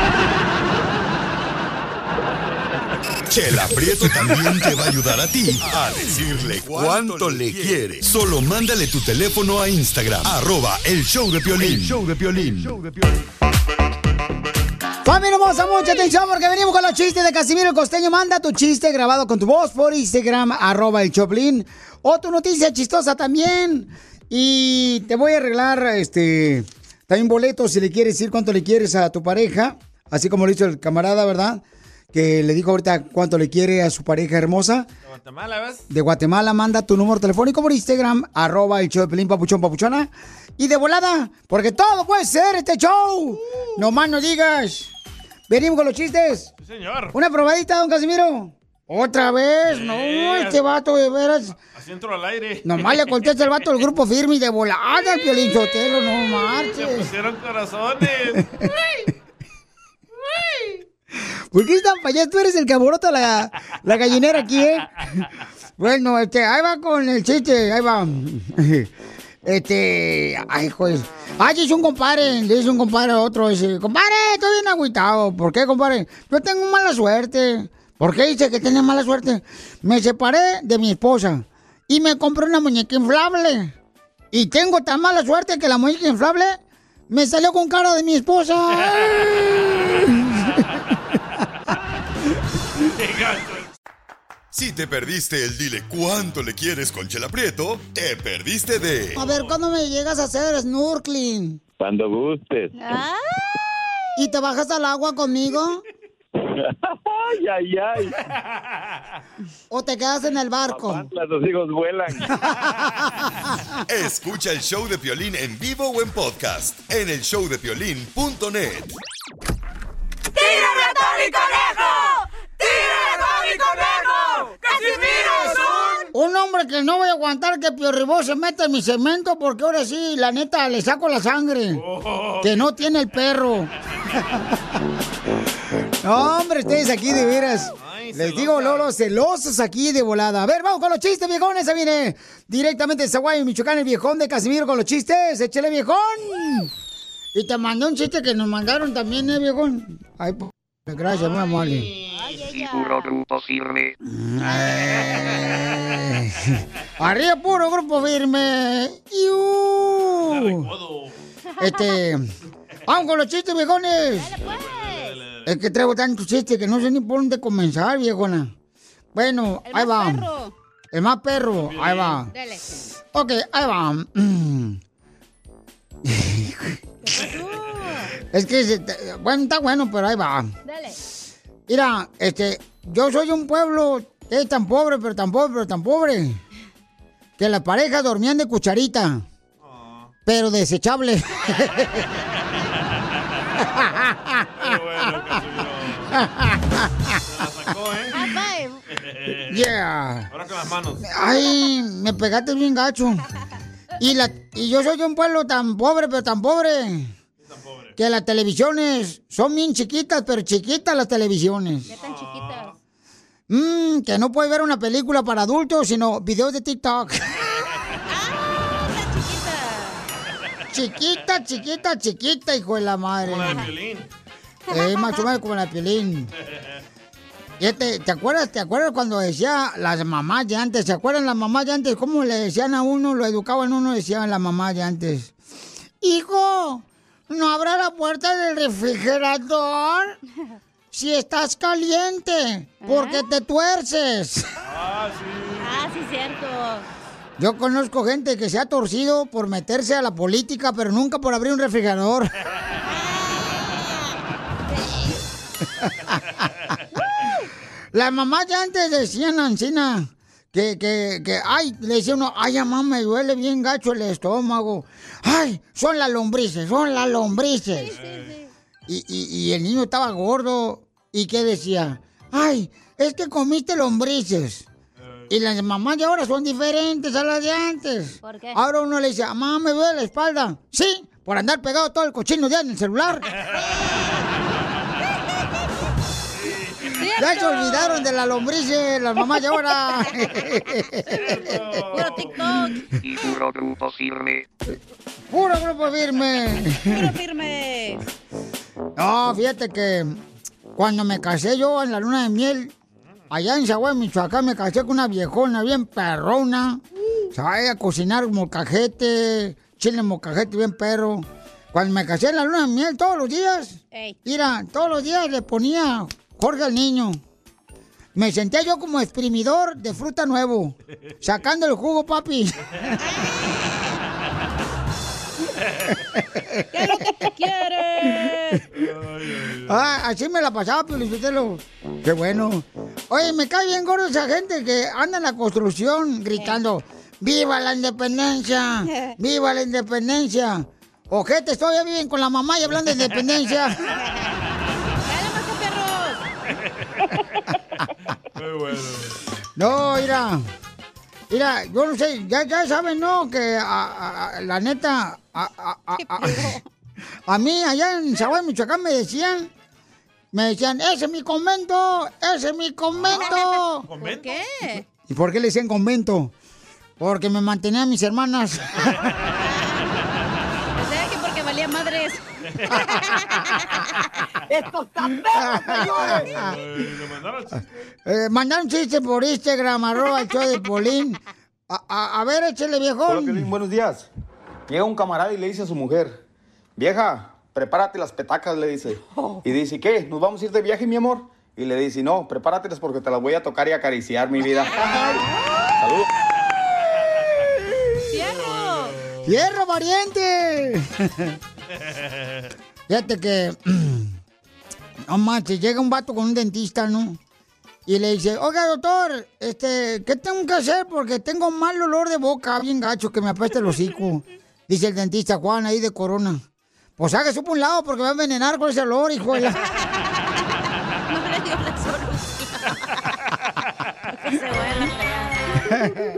Speaker 3: Chela Prieto también te va a ayudar a ti a decirle cuánto le quiere. Solo mándale tu teléfono a Instagram, arroba el show de Piolín. El show de Piolín.
Speaker 4: Familia hermosa, mucha atención porque venimos con los chistes de Casimiro el Costeño. Manda tu chiste grabado con tu voz por Instagram, arroba el Choplin. O tu noticia chistosa también. Y te voy a arreglar este también boletos si le quieres decir cuánto le quieres a tu pareja. Así como lo hizo el camarada, ¿verdad? Que le dijo ahorita cuánto le quiere a su pareja hermosa.
Speaker 5: ¿De Guatemala, ves?
Speaker 4: De Guatemala, manda tu número telefónico por Instagram, arroba el show de Pelín, papuchón, papuchona. Y de volada, porque todo puede ser este show. Uh. No más no digas. Venimos con los chistes.
Speaker 5: Sí, señor.
Speaker 4: Una probadita, don Casimiro. ¿Otra vez?
Speaker 5: Sí.
Speaker 4: No, este vato de veras.
Speaker 5: Así entro al aire.
Speaker 4: Nomás le contesta el vato del grupo firme y de volada, el Piolín Sotelo, no marches.
Speaker 5: Se pusieron corazones.
Speaker 4: ¿Por qué están para allá? Tú eres el que aborota la, la gallinera aquí, ¿eh? Bueno, este, ahí va con el chiste, ahí va. Este, ay, joder. Ay, dice un compadre, le dice un compadre a otro, dice, compadre, estoy bien agüitado. ¿Por qué, compadre? Yo tengo mala suerte. ¿Por qué dice que tiene mala suerte? Me separé de mi esposa y me compré una muñeca inflable. Y tengo tan mala suerte que la muñeca inflable me salió con cara de mi esposa.
Speaker 3: Si te perdiste el dile cuánto le quieres con Chela Prieto, te perdiste de...
Speaker 4: A ver, ¿cuándo me llegas a hacer snorkeling?
Speaker 25: Cuando gustes.
Speaker 4: ¿Ah? ¿Y te bajas al agua conmigo?
Speaker 25: Ay, ay, ay.
Speaker 4: ¿O te quedas en el barco?
Speaker 25: Papá, los hijos vuelan.
Speaker 3: Escucha el show de Piolín en vivo o en podcast en el show de piolín punto net.
Speaker 10: ¡Tírame a Tony Conejo! ¡Tírame a Tony Conejo! ¡Casimiro es un...
Speaker 4: Un hombre que no voy a aguantar que Pio Ribó se meta en mi cemento porque ahora sí, la neta, le saco la sangre. Oh. Que no tiene el perro. No, hombre, ustedes aquí de veras. Ay, les celosa. Digo, Lolo, celosos aquí de volada. A ver, vamos con los chistes, viejones. Se viene directamente de Zaguayo, Michoacán, el viejón de Casimiro con los chistes. ¡Échale, viejón! Y te mandó un chiste que nos mandaron también, ¿eh, viejón? Ay, p***, gracias, muy amable.
Speaker 10: Y puro grupo firme.
Speaker 4: Ay. Arriba, puro grupo firme. ¡Iu! Este... ¡Vamos con los chistes, viejones! Dale, pues. Es que traigo tantos chistes que no sé ni por dónde comenzar, viejona. Bueno, el ahí va. Perro. El más perro, ahí va. Dale. Ok, ahí va. Es que, se- bueno, está bueno, pero ahí va.
Speaker 7: Dale.
Speaker 4: Mira, este, yo soy de un pueblo que es tan pobre, pero tan pobre, pero tan pobre, que las parejas dormían de cucharita, pero desechable. Yeah.
Speaker 5: Ahora con las manos.
Speaker 4: Ay, me pegaste bien gacho. Y, la, y yo soy de un pueblo tan pobre, pero tan pobre, que las televisiones son bien chiquitas, pero chiquitas las televisiones.
Speaker 7: ¿Qué tan chiquitas?
Speaker 4: Mmm, que no puedes ver una película para adultos, sino videos de TikTok. Chiquita, chiquita, chiquita, hijo de la madre.
Speaker 5: Como la de Piolín.
Speaker 4: Eh, más o menos como la de Piolín. Fíjate, ¿te acuerdas, ¿te acuerdas cuando decía las mamás de antes? ¿Se acuerdan las mamás de antes? ¿Cómo le decían a uno, lo educaban a uno, decían las mamás de antes? Hijo, ¿no abra la puerta del refrigerador? Si estás caliente, porque te tuerces.
Speaker 5: Ah, sí.
Speaker 7: Ah, sí, cierto.
Speaker 4: Yo conozco gente que se ha torcido por meterse a la política, pero nunca por abrir un refrigerador. Las mamás ya antes decían, Ancina, que, que, que, ay, le decía uno, ay, mamá, me duele bien gacho el estómago. Ay, son las lombrices, son las lombrices. Sí, sí, sí. Y, y, y el niño estaba gordo, ¿y qué decía? Ay, es que comiste lombrices. Y las mamás de ahora son diferentes a las de antes.
Speaker 7: ¿Por qué?
Speaker 4: Ahora uno le dice, mamá, me duele la espalda. Sí, por andar pegado todo el cochino día en el celular. Ya se olvidaron de la lombrices, las mamás de ahora.
Speaker 7: Puro TikTok.
Speaker 14: Y puro grupo firme.
Speaker 4: Puro grupo firme.
Speaker 7: Puro firme.
Speaker 4: No, fíjate que cuando me casé yo en la luna de miel, allá en Zaguay, Michoacán, me casé con una viejona bien perrona. Sabía cocinar molcajete, chile molcajete bien perro. Cuando me casé en la luna de miel todos los días,
Speaker 7: Ey.
Speaker 4: mira, todos los días le ponía Jorge al niño. Me sentía yo como exprimidor de fruta nuevo, sacando el jugo, papi.
Speaker 7: ¿Qué es lo que te quiere?
Speaker 4: Ah, así me la pasaba, Piolichotelo. Qué bueno. Oye, me cae bien gordo esa gente que anda en la construcción gritando, ¡viva la independencia! ¡Viva la independencia! Ojete, todavía viven con la mamá y hablando de independencia.
Speaker 5: Muy bueno.
Speaker 4: No, mira. Mira, yo no sé, ya, ya saben, ¿no? Que a, a, a, la neta, a, a, a, a, a mí allá en Zaguay, Michoacán, me decían, me decían, ese es mi convento, ese es mi convento.
Speaker 7: ¿Por qué?
Speaker 4: ¿Y por qué le decían convento? Porque me mantenía a mis hermanas.
Speaker 7: Pensé que porque valía madres.
Speaker 4: ¡Esto está perro, señores! Eh, mandaron chiste por Instagram, arroba el show de Polín. A, a, a ver, échale, viejón.
Speaker 15: Hola, Piolín, buenos días. Llega un camarada y le dice a su mujer, vieja, prepárate las petacas, le dice. Y dice, ¿qué? ¿Nos vamos a ir de viaje, mi amor? Y le dice, no, prepáratelas porque te las voy a tocar y acariciar, mi vida. Saludos.
Speaker 7: ¡Fierro!
Speaker 4: ¡Fierro, pariente! Fíjate que, no manches, llega un vato con un dentista, ¿no? Y le dice, oiga, doctor, este, ¿qué tengo que hacer? Porque tengo mal olor de boca, bien gacho, que me apesta el hocico. Dice el dentista Juan, ahí de Corona. Pues hágase por un lado porque me va a envenenar con ese olor, hijo de la...
Speaker 7: No le dio la solución. Que se vaya la fregada.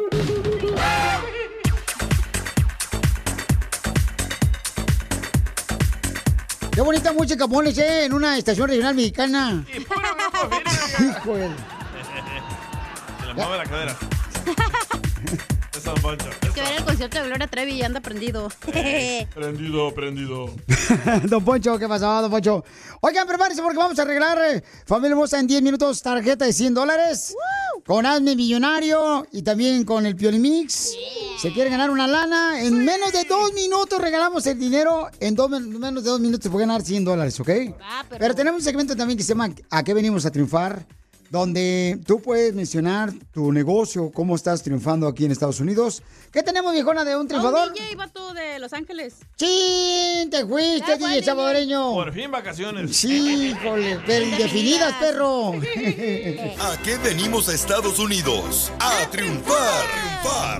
Speaker 4: Qué bonita música pones, ¿eh? En una estación regional mexicana. Hijo de...
Speaker 5: Se le mueve la cadera. Es Don Poncho.
Speaker 7: Es que ver el concierto de Gloria Trevi y anda prendido.
Speaker 5: Prendido, prendido.
Speaker 4: Don Poncho, ¿qué pasó, Don Poncho? Oigan, prepárense porque vamos a arreglar, eh, familia hermosa, en diez minutos, tarjeta de cien dólares. ¡Woo! Con Hazme Millonario y también con el Piolín Mix. Yeah. Se quiere ganar una lana. En menos de dos minutos regalamos el dinero. En dos, menos de dos minutos se puede ganar cien dólares, ¿ok? Ah, pero... pero tenemos un segmento también que se llama ¿A qué venimos a triunfar? donde tú puedes mencionar tu negocio, cómo estás triunfando aquí en Estados Unidos. ¿Qué tenemos, viejona, de un triunfador?
Speaker 7: Un D J, vato, de Los Ángeles.
Speaker 4: ¡Sí! ¡Te fuiste,
Speaker 7: Ya
Speaker 4: D J
Speaker 7: fue,
Speaker 4: salvadoreño!
Speaker 5: Por fin vacaciones.
Speaker 4: Sí, híjole, pero indefinidas, perro.
Speaker 3: ¿A qué venimos a Estados Unidos? A triunfar, triunfar.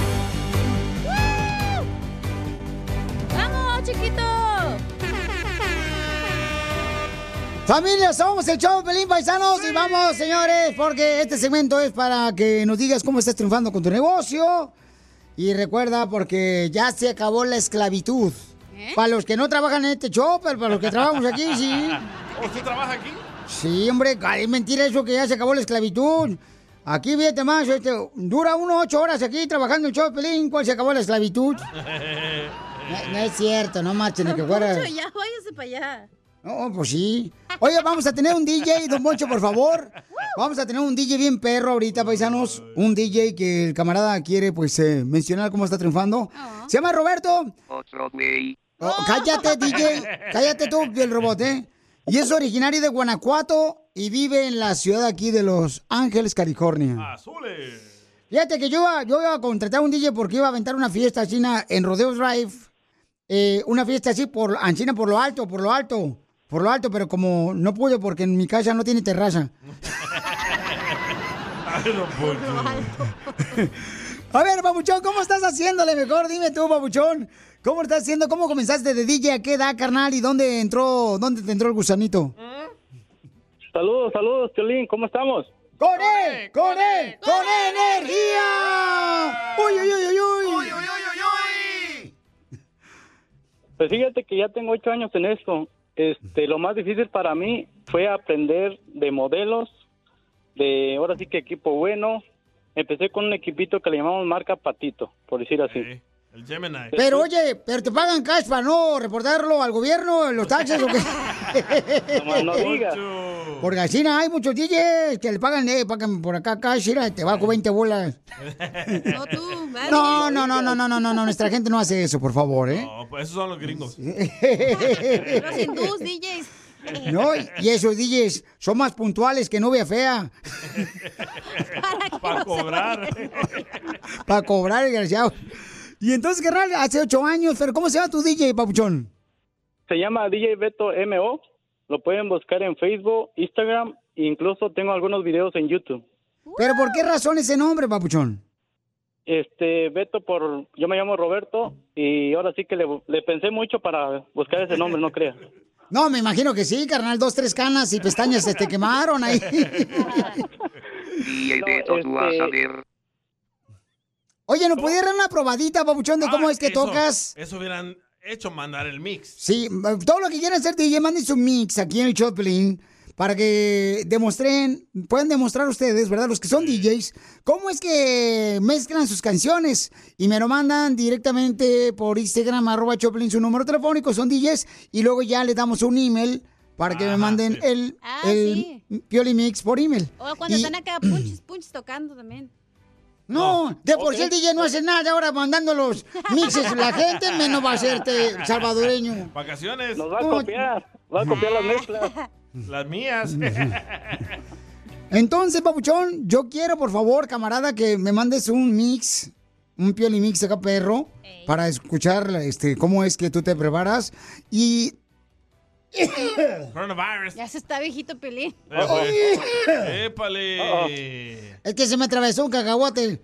Speaker 7: ¡Vamos, chiquito!
Speaker 4: Familia, somos el show de Pelín, paisanos. Y vamos, señores, porque este segmento es para que nos digas cómo estás triunfando con tu negocio. Y recuerda, porque ya se acabó la esclavitud.
Speaker 7: ¿Eh?
Speaker 4: Para los que no trabajan en este show, pero para los que trabajamos aquí, sí.
Speaker 5: ¿Usted trabaja aquí?
Speaker 4: Sí, hombre, es mentira eso que ya se acabó la esclavitud. Aquí, fíjate más, este, dura uno ocho horas aquí trabajando el show de Pelín. ¿Cuál se acabó la esclavitud? No, no es cierto, no marchen, ni que fuera.
Speaker 7: Poncho, ya váyase para allá.
Speaker 4: No, pues sí. Oye, vamos a tener un D J, don Poncho, por favor. Vamos a tener un D J bien perro ahorita, paisanos. Un D J que el camarada quiere, pues, eh, mencionar cómo está triunfando. Se llama Roberto.
Speaker 14: Otro güey.
Speaker 4: Oh, cállate, D J. Cállate tú, el robot, ¿eh? Y es originario de Guanajuato y vive en la ciudad aquí de Los Ángeles, California.
Speaker 5: Azules.
Speaker 4: Fíjate que yo iba, yo iba a contratar a un D J porque iba a aventar una fiesta china en Rodeo Drive. Eh, una fiesta así por China, por lo alto, por lo alto. Por lo alto, pero como no pude porque en mi casa no tiene terraza. A ver, Papuchón, ¿cómo estás haciéndole mejor? Dime tú, Papuchón. ¿Cómo estás haciendo? ¿Cómo comenzaste de D J? ¿A qué edad, carnal? ¿Y dónde entró, dónde te entró el gusanito?
Speaker 6: Saludos, saludos, Piolín, ¿cómo estamos?
Speaker 4: ¡Con él! ¡Con él! ¡Con energía! ¡Uy, uy, uy, uy! ¡Uy, uy, uy, uy!
Speaker 6: Pues fíjate que ya tengo ocho años en esto. Este, lo más difícil para mí fue aprender de modelos, de ahora sí que equipo bueno. Empecé con un equipito que le llamamos marca Patito, por decir así.
Speaker 5: Sí, el Gemini.
Speaker 4: Pero oye, ¿pero te pagan cash para no reportarlo al gobierno, los taxes o qué?
Speaker 6: No, no digas.
Speaker 4: Porque así no, hay muchos D Js que le pagan, eh, pagan por acá cash, mira, te bajo veinte bolas.
Speaker 7: No tú, vale.
Speaker 4: No, no, no, no, no, no, no, nuestra gente no hace eso, por favor, ¿eh?
Speaker 5: No, pues esos son los gringos.
Speaker 7: Los hindús, D Js.
Speaker 4: No, y esos D Js son más puntuales que novia fea.
Speaker 5: Para cobrar.
Speaker 4: Para cobrar, desgraciado. Y entonces, carnal, hace ocho años, pero ¿cómo se llama tu D J, Papuchón?
Speaker 6: Se llama D J Beto M O. Lo pueden buscar en Facebook, Instagram, e incluso tengo algunos videos en YouTube.
Speaker 4: ¿Pero por qué razón ese nombre, Papuchón?
Speaker 6: Este, Beto por... Yo me llamo Roberto y ahora sí que le, le pensé mucho para buscar ese nombre, no creas.
Speaker 4: No, me imagino que sí, carnal, dos, tres canas y pestañas se te quemaron ahí.
Speaker 14: Y Beto, tú vas a ver.
Speaker 4: Oye, ¿no pudiera dar una probadita, Papuchón, de cómo
Speaker 5: Ah,
Speaker 4: es que
Speaker 5: eso,
Speaker 4: tocas?
Speaker 5: Eso hubieran hecho mandar el mix.
Speaker 4: Sí, todo lo que quieran hacer D J, manden su mix aquí en el Choplin para que demuestren, puedan demostrar ustedes, ¿verdad? Los que son D Js, cómo es que mezclan sus canciones y me lo mandan directamente por Instagram, arroba Choplin, su número telefónico, son D Js, y luego ya les damos un email para que me manden el,
Speaker 7: Ah,
Speaker 4: el
Speaker 7: sí.
Speaker 4: Pioli Mix por email.
Speaker 7: O cuando
Speaker 4: Y-
Speaker 7: están acá punches, punches tocando también.
Speaker 4: No, de por sí el D J no hace nada ahora mandando los mixes la gente, menos va a hacerte salvadoreño.
Speaker 5: Vacaciones.
Speaker 6: Nos va a copiar, va a copiar las mezclas.
Speaker 5: Las mías.
Speaker 4: Entonces, Papuchón, yo quiero, por favor, camarada, que me mandes un mix, un Pioli Mix acá, perro, para escuchar este, cómo es que tú te preparas. Y...
Speaker 5: Coronavirus.
Speaker 7: Ya se está viejito Pelín.
Speaker 5: Eh, güey. ¡Épale!
Speaker 4: Es que se me atravesó un cacahuate.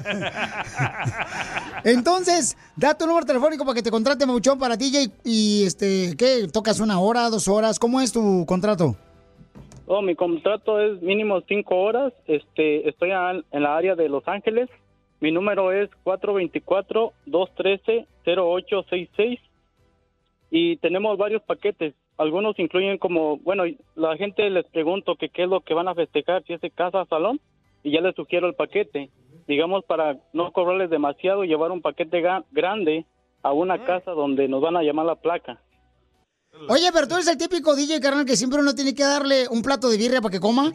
Speaker 4: Entonces, da tu número telefónico para que te contrate, Papuchón, para D J. Y, este, ¿qué? ¿Tocas una hora, dos horas? ¿Cómo es tu contrato?
Speaker 6: Oh, mi contrato es mínimo cinco horas. Este, estoy a- en la área de Los Ángeles. Mi número es cuatro dos cuatro, dos uno tres, cero ocho seis seis. Y tenemos varios paquetes. Algunos incluyen como, bueno, la gente les pregunto que qué es lo que van a festejar, si es de casa, salón, y ya les sugiero el paquete. Digamos, para no cobrarles demasiado, llevar un paquete ga- grande a una casa donde nos van a llamar la placa.
Speaker 4: Oye, pero tú eres el típico D J, carnal, que siempre uno tiene que darle un plato de birria para que coma.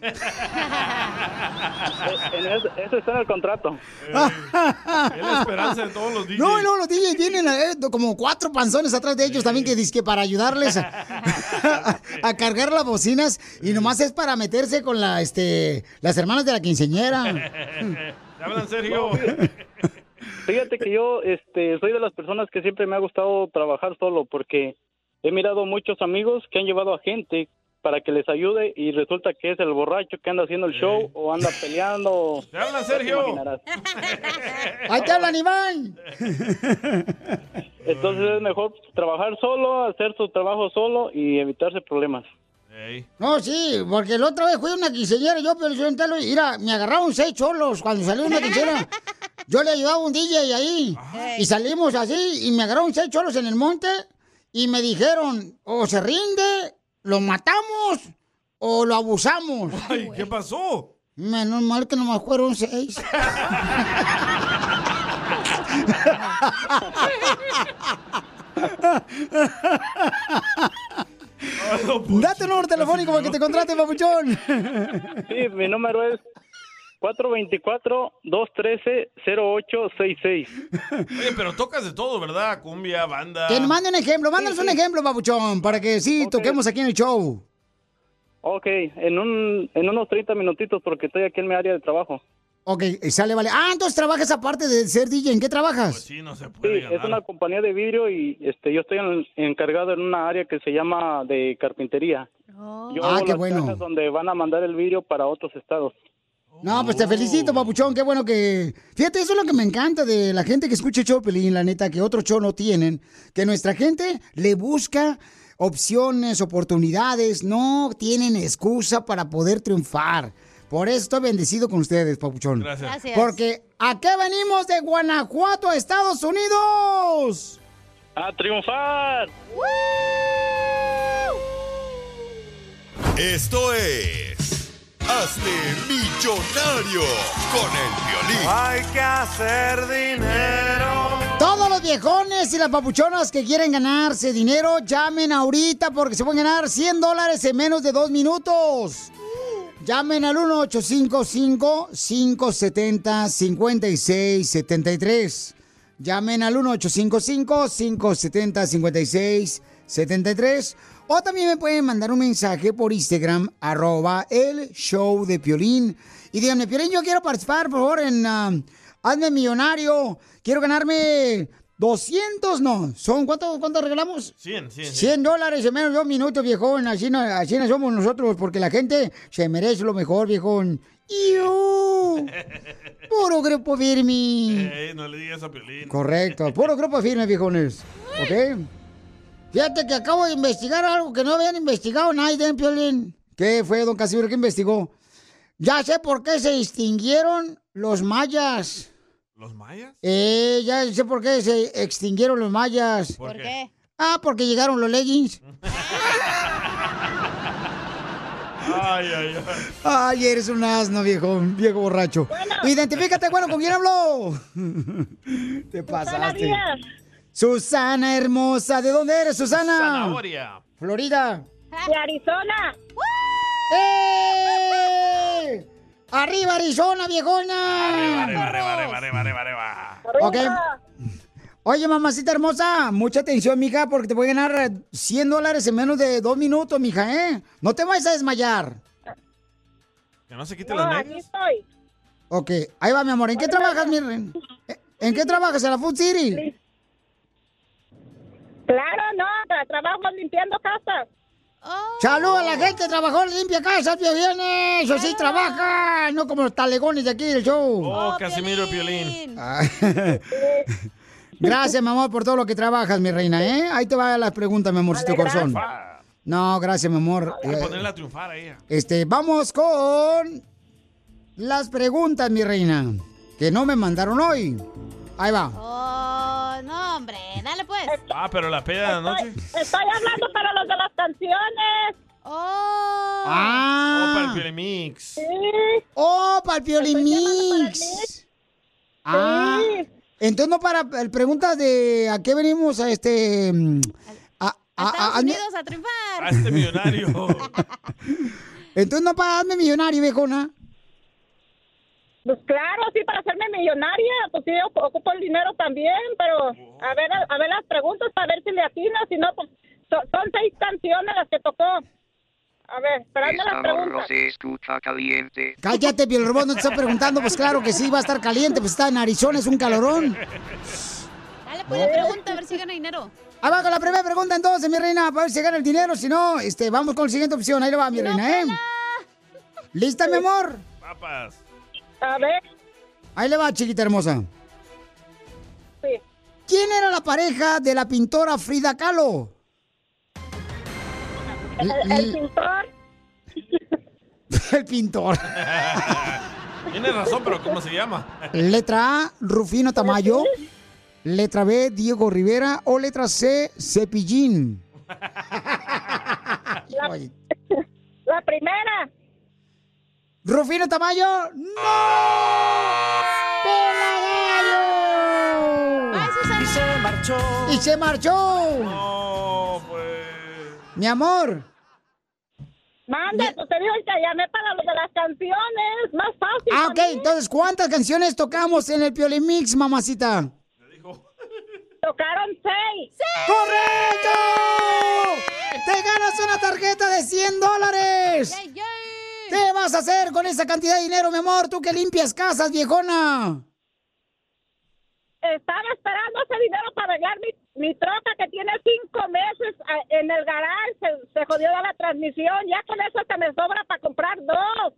Speaker 6: En eso, eso está en el contrato.
Speaker 5: Es la esperanza de todos los D Js.
Speaker 4: No, no, los D Js vienen eh, como cuatro panzones atrás de ellos también que dizque para ayudarles a, a, a cargar las bocinas y nomás es para meterse con la, este, las hermanas de la quinceañera.
Speaker 5: ¿Te hablan, Sergio?
Speaker 6: Fíjate que yo este, soy de las personas que siempre me ha gustado trabajar solo porque he mirado muchos amigos que han llevado a gente para que les ayude y resulta que es el borracho que anda haciendo el show sí. o anda peleando.
Speaker 5: ¿Te hablan, Sergio?
Speaker 4: ¡Ahí te hablan, Iván!
Speaker 6: Entonces es mejor trabajar solo, hacer su trabajo solo y evitarse problemas.
Speaker 5: Hey.
Speaker 4: No, sí, porque la otra vez fui a una quinceañera, yo, pero yo entero, y mira, me agarraron seis cholos cuando salí de una quinceañera. Yo le ayudaba a un D J ahí, hey. y salimos así, y me agarraron seis cholos en el monte, y me dijeron, o se rinde, lo matamos, o lo abusamos.
Speaker 5: Ay, ¿qué pasó?
Speaker 4: Menos mal que nomás fueron seis. Date un número telefónico para que te contrate, papuchón.
Speaker 6: Sí, mi número es cuatro dos cuatro, dos uno tres, cero ocho seis seis.
Speaker 5: Oye, pero tocas de todo, ¿verdad? Cumbia, banda.
Speaker 4: Que nos mande un ejemplo, mándanos sí, sí. un ejemplo, papuchón, para que sí okay. toquemos aquí en el show.
Speaker 6: Ok, en, un, en unos treinta minutitos porque estoy aquí en mi área de trabajo.
Speaker 4: Ok, sale, vale. Ah, entonces trabajas aparte de ser D J. ¿En qué trabajas?
Speaker 5: Pues sí, no se puede
Speaker 6: Sí, ganar. Es una compañía de vidrio y este, yo estoy en, encargado en una área que se llama de carpintería. Oh. Yo
Speaker 4: ah,
Speaker 6: hago
Speaker 4: qué
Speaker 6: las
Speaker 4: bueno.
Speaker 6: cajas donde van a mandar el vidrio para otros estados.
Speaker 4: No, pues te felicito, papuchón. Qué bueno que... Fíjate, eso es lo que me encanta de la gente que escucha el show, Pelín, la neta, que otro show no tienen. Que nuestra gente le busca opciones, oportunidades. No tienen excusa para poder triunfar. Por eso estoy bendecido con ustedes, papuchón.
Speaker 5: Gracias.
Speaker 7: Gracias.
Speaker 4: Porque ¿a qué venimos de Guanajuato a Estados Unidos?
Speaker 6: ¡A triunfar! ¡Woo!
Speaker 3: Esto es... ¡Hazte millonario con el Piolín!
Speaker 10: Hay que hacer dinero.
Speaker 4: Todos los viejones y las papuchonas que quieren ganarse dinero, llamen ahorita porque se pueden ganar cien dólares en menos de dos minutos. Llamen al uno ocho cinco cinco, cinco siete cero, cinco seis siete tres. Llamen al uno ocho cinco cinco, cinco siete cero, cinco seis siete tres. O también me pueden mandar un mensaje por Instagram, arroba el show de Piolín. Y díganme, Piolín, yo quiero participar, por favor, en uh, Hazme Millonario. Quiero ganarme doscientos, no. ¿Son cuánto, cuánto regalamos?
Speaker 5: cien, cien.
Speaker 4: cien dólares en menos de dos minutos, viejón. Así no, así no somos nosotros, porque la gente se merece lo mejor, viejón. ¡Iu! Puro grupo firme.
Speaker 5: Ey, no le digas a Piolín.
Speaker 4: Correcto, puro grupo firme, viejones. ¿Ok? Fíjate que acabo de investigar algo que no habían investigado nadie en Piolín. ¿Qué fue, don Casimiro, que investigó? Ya sé por qué se extinguieron los mayas.
Speaker 5: ¿Los mayas?
Speaker 4: Eh, ya sé por qué se extinguieron los mayas.
Speaker 7: ¿Por qué?
Speaker 4: Ah, porque llegaron los leggings.
Speaker 5: Ay, ay, ay.
Speaker 4: Ay, eres un asno, viejo, viejo borracho. Bueno. Identifícate, bueno, ¿con quién habló? Te pasaste. Susana hermosa, ¿de dónde eres, Susana?
Speaker 5: Zanahoria.
Speaker 4: Florida.
Speaker 9: De Arizona.
Speaker 4: ¡Eh! ¡Arriba, Arizona, viejona!
Speaker 5: Arriba, arriba, arriba, arriba, arriba, arriba, arriba.
Speaker 4: Ok. Oye, mamacita hermosa, mucha atención, mija, porque te voy a ganar cien dólares en menos de dos minutos, mija, ¿eh? No te vayas a desmayar.
Speaker 5: Que no se quite
Speaker 9: no,
Speaker 5: las
Speaker 9: aquí
Speaker 5: negras.
Speaker 9: estoy.
Speaker 4: Ok, ahí va, mi amor. ¿En qué trabajas, mi reina? ¿En qué trabajas? ¿En la Food City?
Speaker 9: Sí. Claro, no, trabajo limpiando casas.
Speaker 4: Oh. Saludos a la gente, trabajadores limpia casas, viene. Eso sí, trabaja, no como los talegones de aquí del show.
Speaker 5: Oh, oh Casimiro Piolín.
Speaker 4: Gracias, mi amor, por todo lo que trabajas, mi reina, ¿eh? Ahí te van las preguntas, mi amorcito
Speaker 9: vale,
Speaker 4: corazón. No, gracias, mi amor.
Speaker 5: Hay que ponerla a triunfar a ella.
Speaker 4: Este, vamos con las preguntas, mi reina, que no me mandaron hoy. Ahí va.
Speaker 7: Oh, no, hombre, dale pues.
Speaker 5: Ah, pero la peda de la noche.
Speaker 9: Estoy hablando para los de las canciones.
Speaker 7: Oh.
Speaker 4: Ah.
Speaker 5: Oh, para el Piolimix.
Speaker 9: Sí.
Speaker 4: Oh, para el Piolimix. Ah. Sí. Entonces no para preguntas de a qué venimos a este a,
Speaker 7: A Estados
Speaker 4: hazme-
Speaker 7: Unidos a triunfar.
Speaker 5: A este millonario.
Speaker 4: Entonces no para hazme millonario, viejona.
Speaker 9: Pues claro, sí, para hacerme millonaria, pues sí, ocu- ocupo el dinero también, pero a ver, a, a ver las preguntas para ver si le atinas, si no, pues so- son seis canciones las que tocó. A ver, esperando las
Speaker 14: Esta
Speaker 9: preguntas.
Speaker 14: morro se escucha caliente.
Speaker 4: Cállate, Pio Robot, no te está preguntando. Pues claro que sí, va a estar caliente, pues está en Arizona, es un calorón.
Speaker 7: Dale, pues la pregunta, a ver si gana dinero.
Speaker 4: Ahí va con la primera pregunta entonces, mi reina, para ver si gana el dinero. Si no, este, vamos con la siguiente opción. Ahí le va, mi reina, ¿eh? ¿Lista, mi amor?
Speaker 5: Papas.
Speaker 9: A ver.
Speaker 4: Ahí le va, chiquita hermosa.
Speaker 9: Sí.
Speaker 4: ¿Quién era la pareja de la pintora Frida Kahlo?
Speaker 9: El, el pintor.
Speaker 4: El pintor.
Speaker 5: Tienes razón, pero ¿cómo se llama?
Speaker 4: Letra A, Rufino Tamayo. Letra B, Diego Rivera. O letra C, Cepillín.
Speaker 9: La, la primera.
Speaker 4: Rufino Tamayo. ¡No! ¡Pela gallo!
Speaker 10: Y se marchó.
Speaker 4: Y se marchó.
Speaker 5: No, pues.
Speaker 4: Mi amor.
Speaker 9: Manda, pues te digo que llamé para lo de las canciones, más fácil.
Speaker 4: Ah,
Speaker 9: para
Speaker 4: ok.
Speaker 9: mí.
Speaker 4: Entonces, ¿cuántas canciones tocamos en el Piolín Mix, mamacita?
Speaker 9: Tocaron seis.
Speaker 4: ¡Correcto! ¡Te ganas una tarjeta de cien dólares! ¿Qué vas a hacer con esa cantidad de dinero, mi amor? Tú que limpias casas, viejona.
Speaker 9: Estaba esperando ese dinero para arreglar mi, mi troca que tiene cinco meses ah, en el garage. Se, se jodió de la transmisión. Ya con eso hasta me sobra para comprar dos.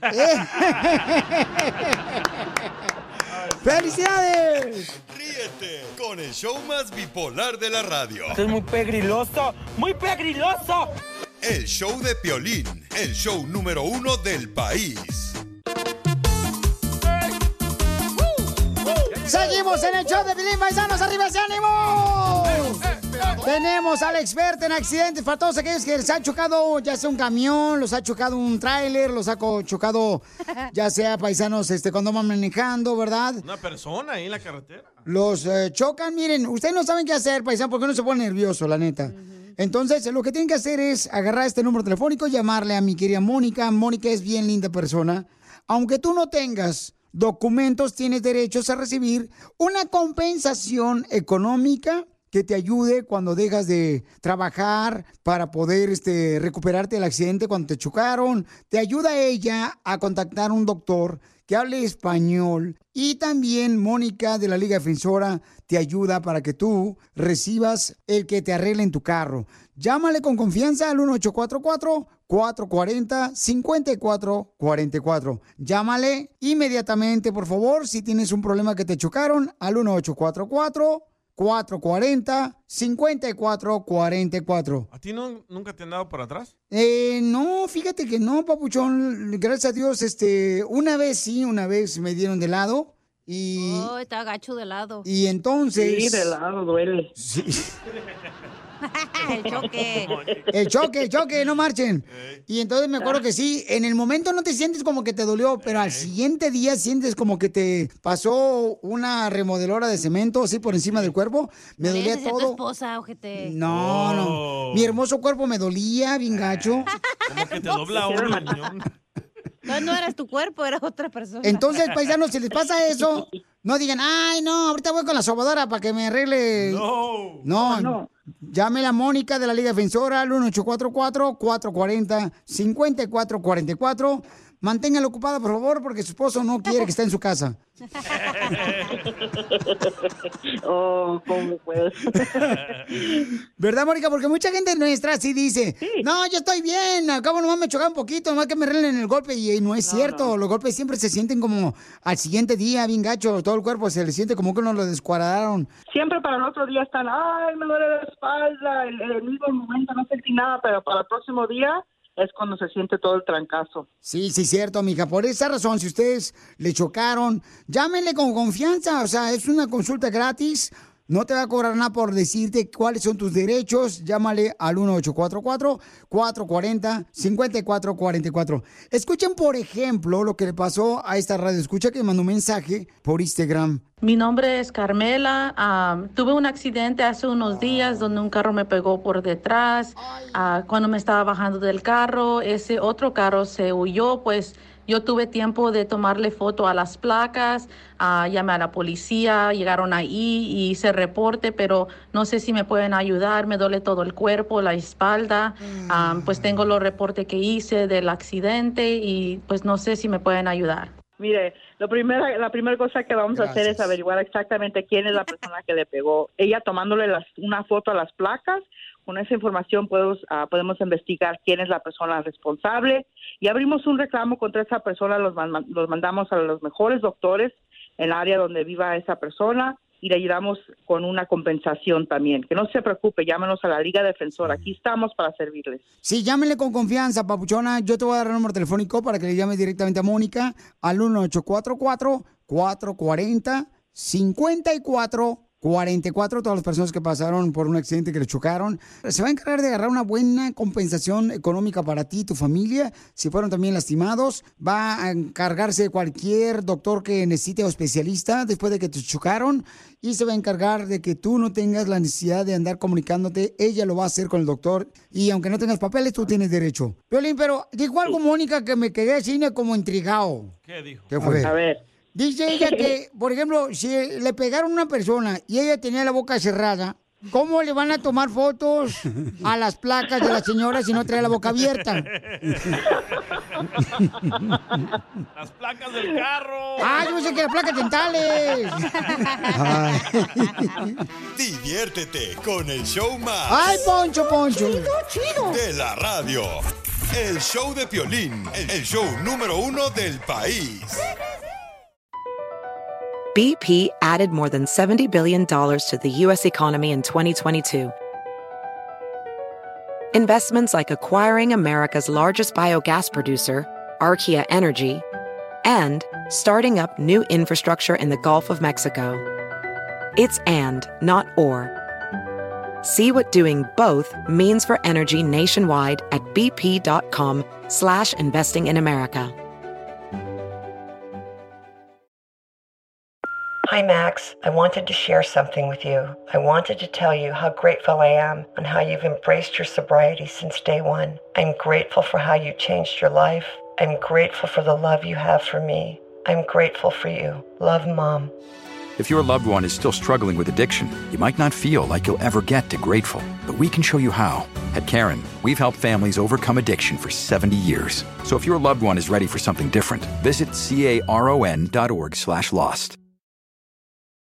Speaker 4: ¡Felicidades!
Speaker 3: Ríete con el show más bipolar de la radio.
Speaker 10: Esto es muy pegriloso, muy pegriloso.
Speaker 3: El show de Piolín, el show número uno del país.
Speaker 4: Seguimos en el show de Piolín, paisanos, arriba ese ánimo. Tenemos al experto en accidentes para todos aquellos que les ha chocado ya sea un camión, los ha chocado un tráiler, los ha co- chocado ya sea paisanos este cuando van manejando, ¿verdad?
Speaker 5: Una persona ahí en la carretera.
Speaker 4: Los eh, chocan, miren, ustedes no saben qué hacer, paisano, porque uno se pone nervioso, la neta. Entonces, lo que tienen que hacer es agarrar este número telefónico, llamarle a mi querida Mónica. Mónica es bien linda persona. Aunque tú no tengas documentos, tienes derechos a recibir una compensación económica que te ayude cuando dejas de trabajar para poder este, recuperarte del accidente cuando te chocaron. Te ayuda ella a contactar a un doctor que hable español. Y también Mónica de la Liga Defensora te ayuda para que tú recibas el que te arregle en tu carro. Llámale con confianza al uno ocho cuatro cuatro, cuatro cuatro cero, cinco cuatro cuatro cuatro. Llámale inmediatamente, por favor, si tienes un problema que te chocaron, al uno ocho cuatro cuatro, cuatro cuatro cero, cinco cuatro cuatro cuatro.
Speaker 5: ¿A ti no, nunca te han dado por atrás?
Speaker 4: Eh, no, fíjate que no, papuchón. Gracias a Dios, este, una vez sí, una vez me dieron de lado y...
Speaker 7: Oh, está gacho de lado.
Speaker 4: Y entonces...
Speaker 7: Sí, de
Speaker 4: lado duele. Sí.
Speaker 7: El choque.
Speaker 4: El choque, el choque, no marchen. Y entonces me acuerdo que sí, en el momento no te sientes como que te dolió, pero al siguiente día sientes como que te pasó una remodelora de cemento así por encima del cuerpo. Me dolía
Speaker 7: Esa es tu
Speaker 4: todo.
Speaker 7: esposa, ojete.
Speaker 4: No, no. Mi hermoso cuerpo me dolía bien gacho.
Speaker 5: Como que te dobla uno el riñón.
Speaker 7: No, no eras tu cuerpo, era otra persona.
Speaker 4: Entonces, paisanos, si les pasa eso, no digan, ay, no, ahorita voy con la sobadora para que me arregle.
Speaker 5: No.
Speaker 4: No, no. Llame a la Mónica de la Liga Defensora al uno ocho cuatro cuatro, cuatro cuatro cero, cinco cuatro cuatro cuatro. Manténgala ocupada, por favor, porque su esposo no quiere que esté en su casa.
Speaker 10: Oh, ¿cómo puedes?
Speaker 4: ¿Verdad, Mónica? Porque mucha gente nuestra sí dice, no, yo estoy bien, al cabo nomás me choca un poquito, nomás que me arreglen el golpe, y, y no es
Speaker 10: No,
Speaker 4: cierto,
Speaker 10: no.
Speaker 4: los golpes siempre se sienten como al siguiente día, bien gacho, todo el cuerpo se le siente como que nos lo descuadraron.
Speaker 10: Siempre para el otro día están, ay, me duele la espalda, el, el mismo momento no sentí nada, pero para el próximo día es cuando se siente todo el trancazo.
Speaker 4: Sí, sí, cierto, mija. Por esa razón, si ustedes le chocaron, llámenle con confianza. O sea, es una consulta gratis. No te va a cobrar nada por decirte cuáles son tus derechos. Llámale al uno ocho cuatro cuatro, cuatro cuatro cero, cinco cuatro cuatro cuatro. Escuchen, por ejemplo, lo que le pasó a esta radio. Escucha que mandó un mensaje por Instagram.
Speaker 24: Mi nombre es Carmela. Um, tuve un accidente hace unos días donde un carro me pegó por detrás. Uh, cuando me estaba bajando del carro, ese otro carro se huyó, pues yo tuve tiempo de tomarle foto a las placas, uh, llamé a la policía, llegaron ahí y hice reporte, pero no sé si me pueden ayudar, me duele todo el cuerpo, la espalda, um, pues tengo los reportes que hice del accidente y pues no sé si me pueden ayudar.
Speaker 16: Mire, lo primera, la primera cosa que vamos Gracias. a hacer es averiguar exactamente quién es la persona que le pegó. Ella tomándole las, una foto a las placas, con esa información podemos, uh, podemos investigar quién es la persona responsable y abrimos un reclamo contra esa persona, los, man, los mandamos a los mejores doctores en el área donde viva esa persona y le ayudamos con una compensación también. Que no se preocupe, llámenos a la Liga Defensora. Aquí estamos para servirles.
Speaker 4: Sí, llámenle con confianza, papuchona. Yo te voy a dar el número telefónico para que le llames directamente a Mónica al uno ocho cuatro cuatro, cuatro cuatro cero, cinco cuatro cuarenta y cuatro. Todas las personas que pasaron por un accidente, que le chocaron, se va a encargar de agarrar una buena compensación económica para ti y tu familia. Si fueron también lastimados, va a encargarse de cualquier doctor que necesite o especialista después de que te chocaron, y se va a encargar de que tú no tengas la necesidad de andar comunicándote. Ella lo va a hacer con el doctor, y aunque no tengas papeles, tú tienes derecho. Piolín, pero dijo algo Mónica que me quedé así como intrigado.
Speaker 5: ¿Qué dijo?
Speaker 4: ¿Qué fue?
Speaker 16: A ver.
Speaker 4: Dice ella que, por ejemplo, si le pegaron a una persona y ella tenía la boca cerrada, ¿cómo le van a tomar fotos a las placas de la señora si no trae la boca abierta?
Speaker 5: Las placas del carro.
Speaker 4: ¡Ah, yo sé que las placas dentales!
Speaker 3: Diviértete con el show más...
Speaker 4: ¡Ay, Poncho, Poncho!
Speaker 3: ¡Chido, chido! De la radio. El show de Piolín, el show número uno del país.
Speaker 8: B P added more than seventy billion dollars to the U S economy in twenty twenty-two. Investments like acquiring America's largest biogas producer, Archaea Energy, and starting up new infrastructure in the Gulf of Mexico. It's and, not or. See what doing both means for energy nationwide at bp.com slash investing in America.
Speaker 11: Hi, Max. I wanted to share something with you. I wanted to tell you how grateful I am and how you've embraced your sobriety since day one. I'm grateful for how you changed your life. I'm grateful for the love you have for me. I'm grateful for you. Love, Mom.
Speaker 12: If your loved one is still struggling with addiction, you might not feel like you'll ever get to grateful, but we can show you how. At Caron, we've helped families overcome addiction for seventy years. So if your loved one is ready for something different, visit caron dot org slash lost.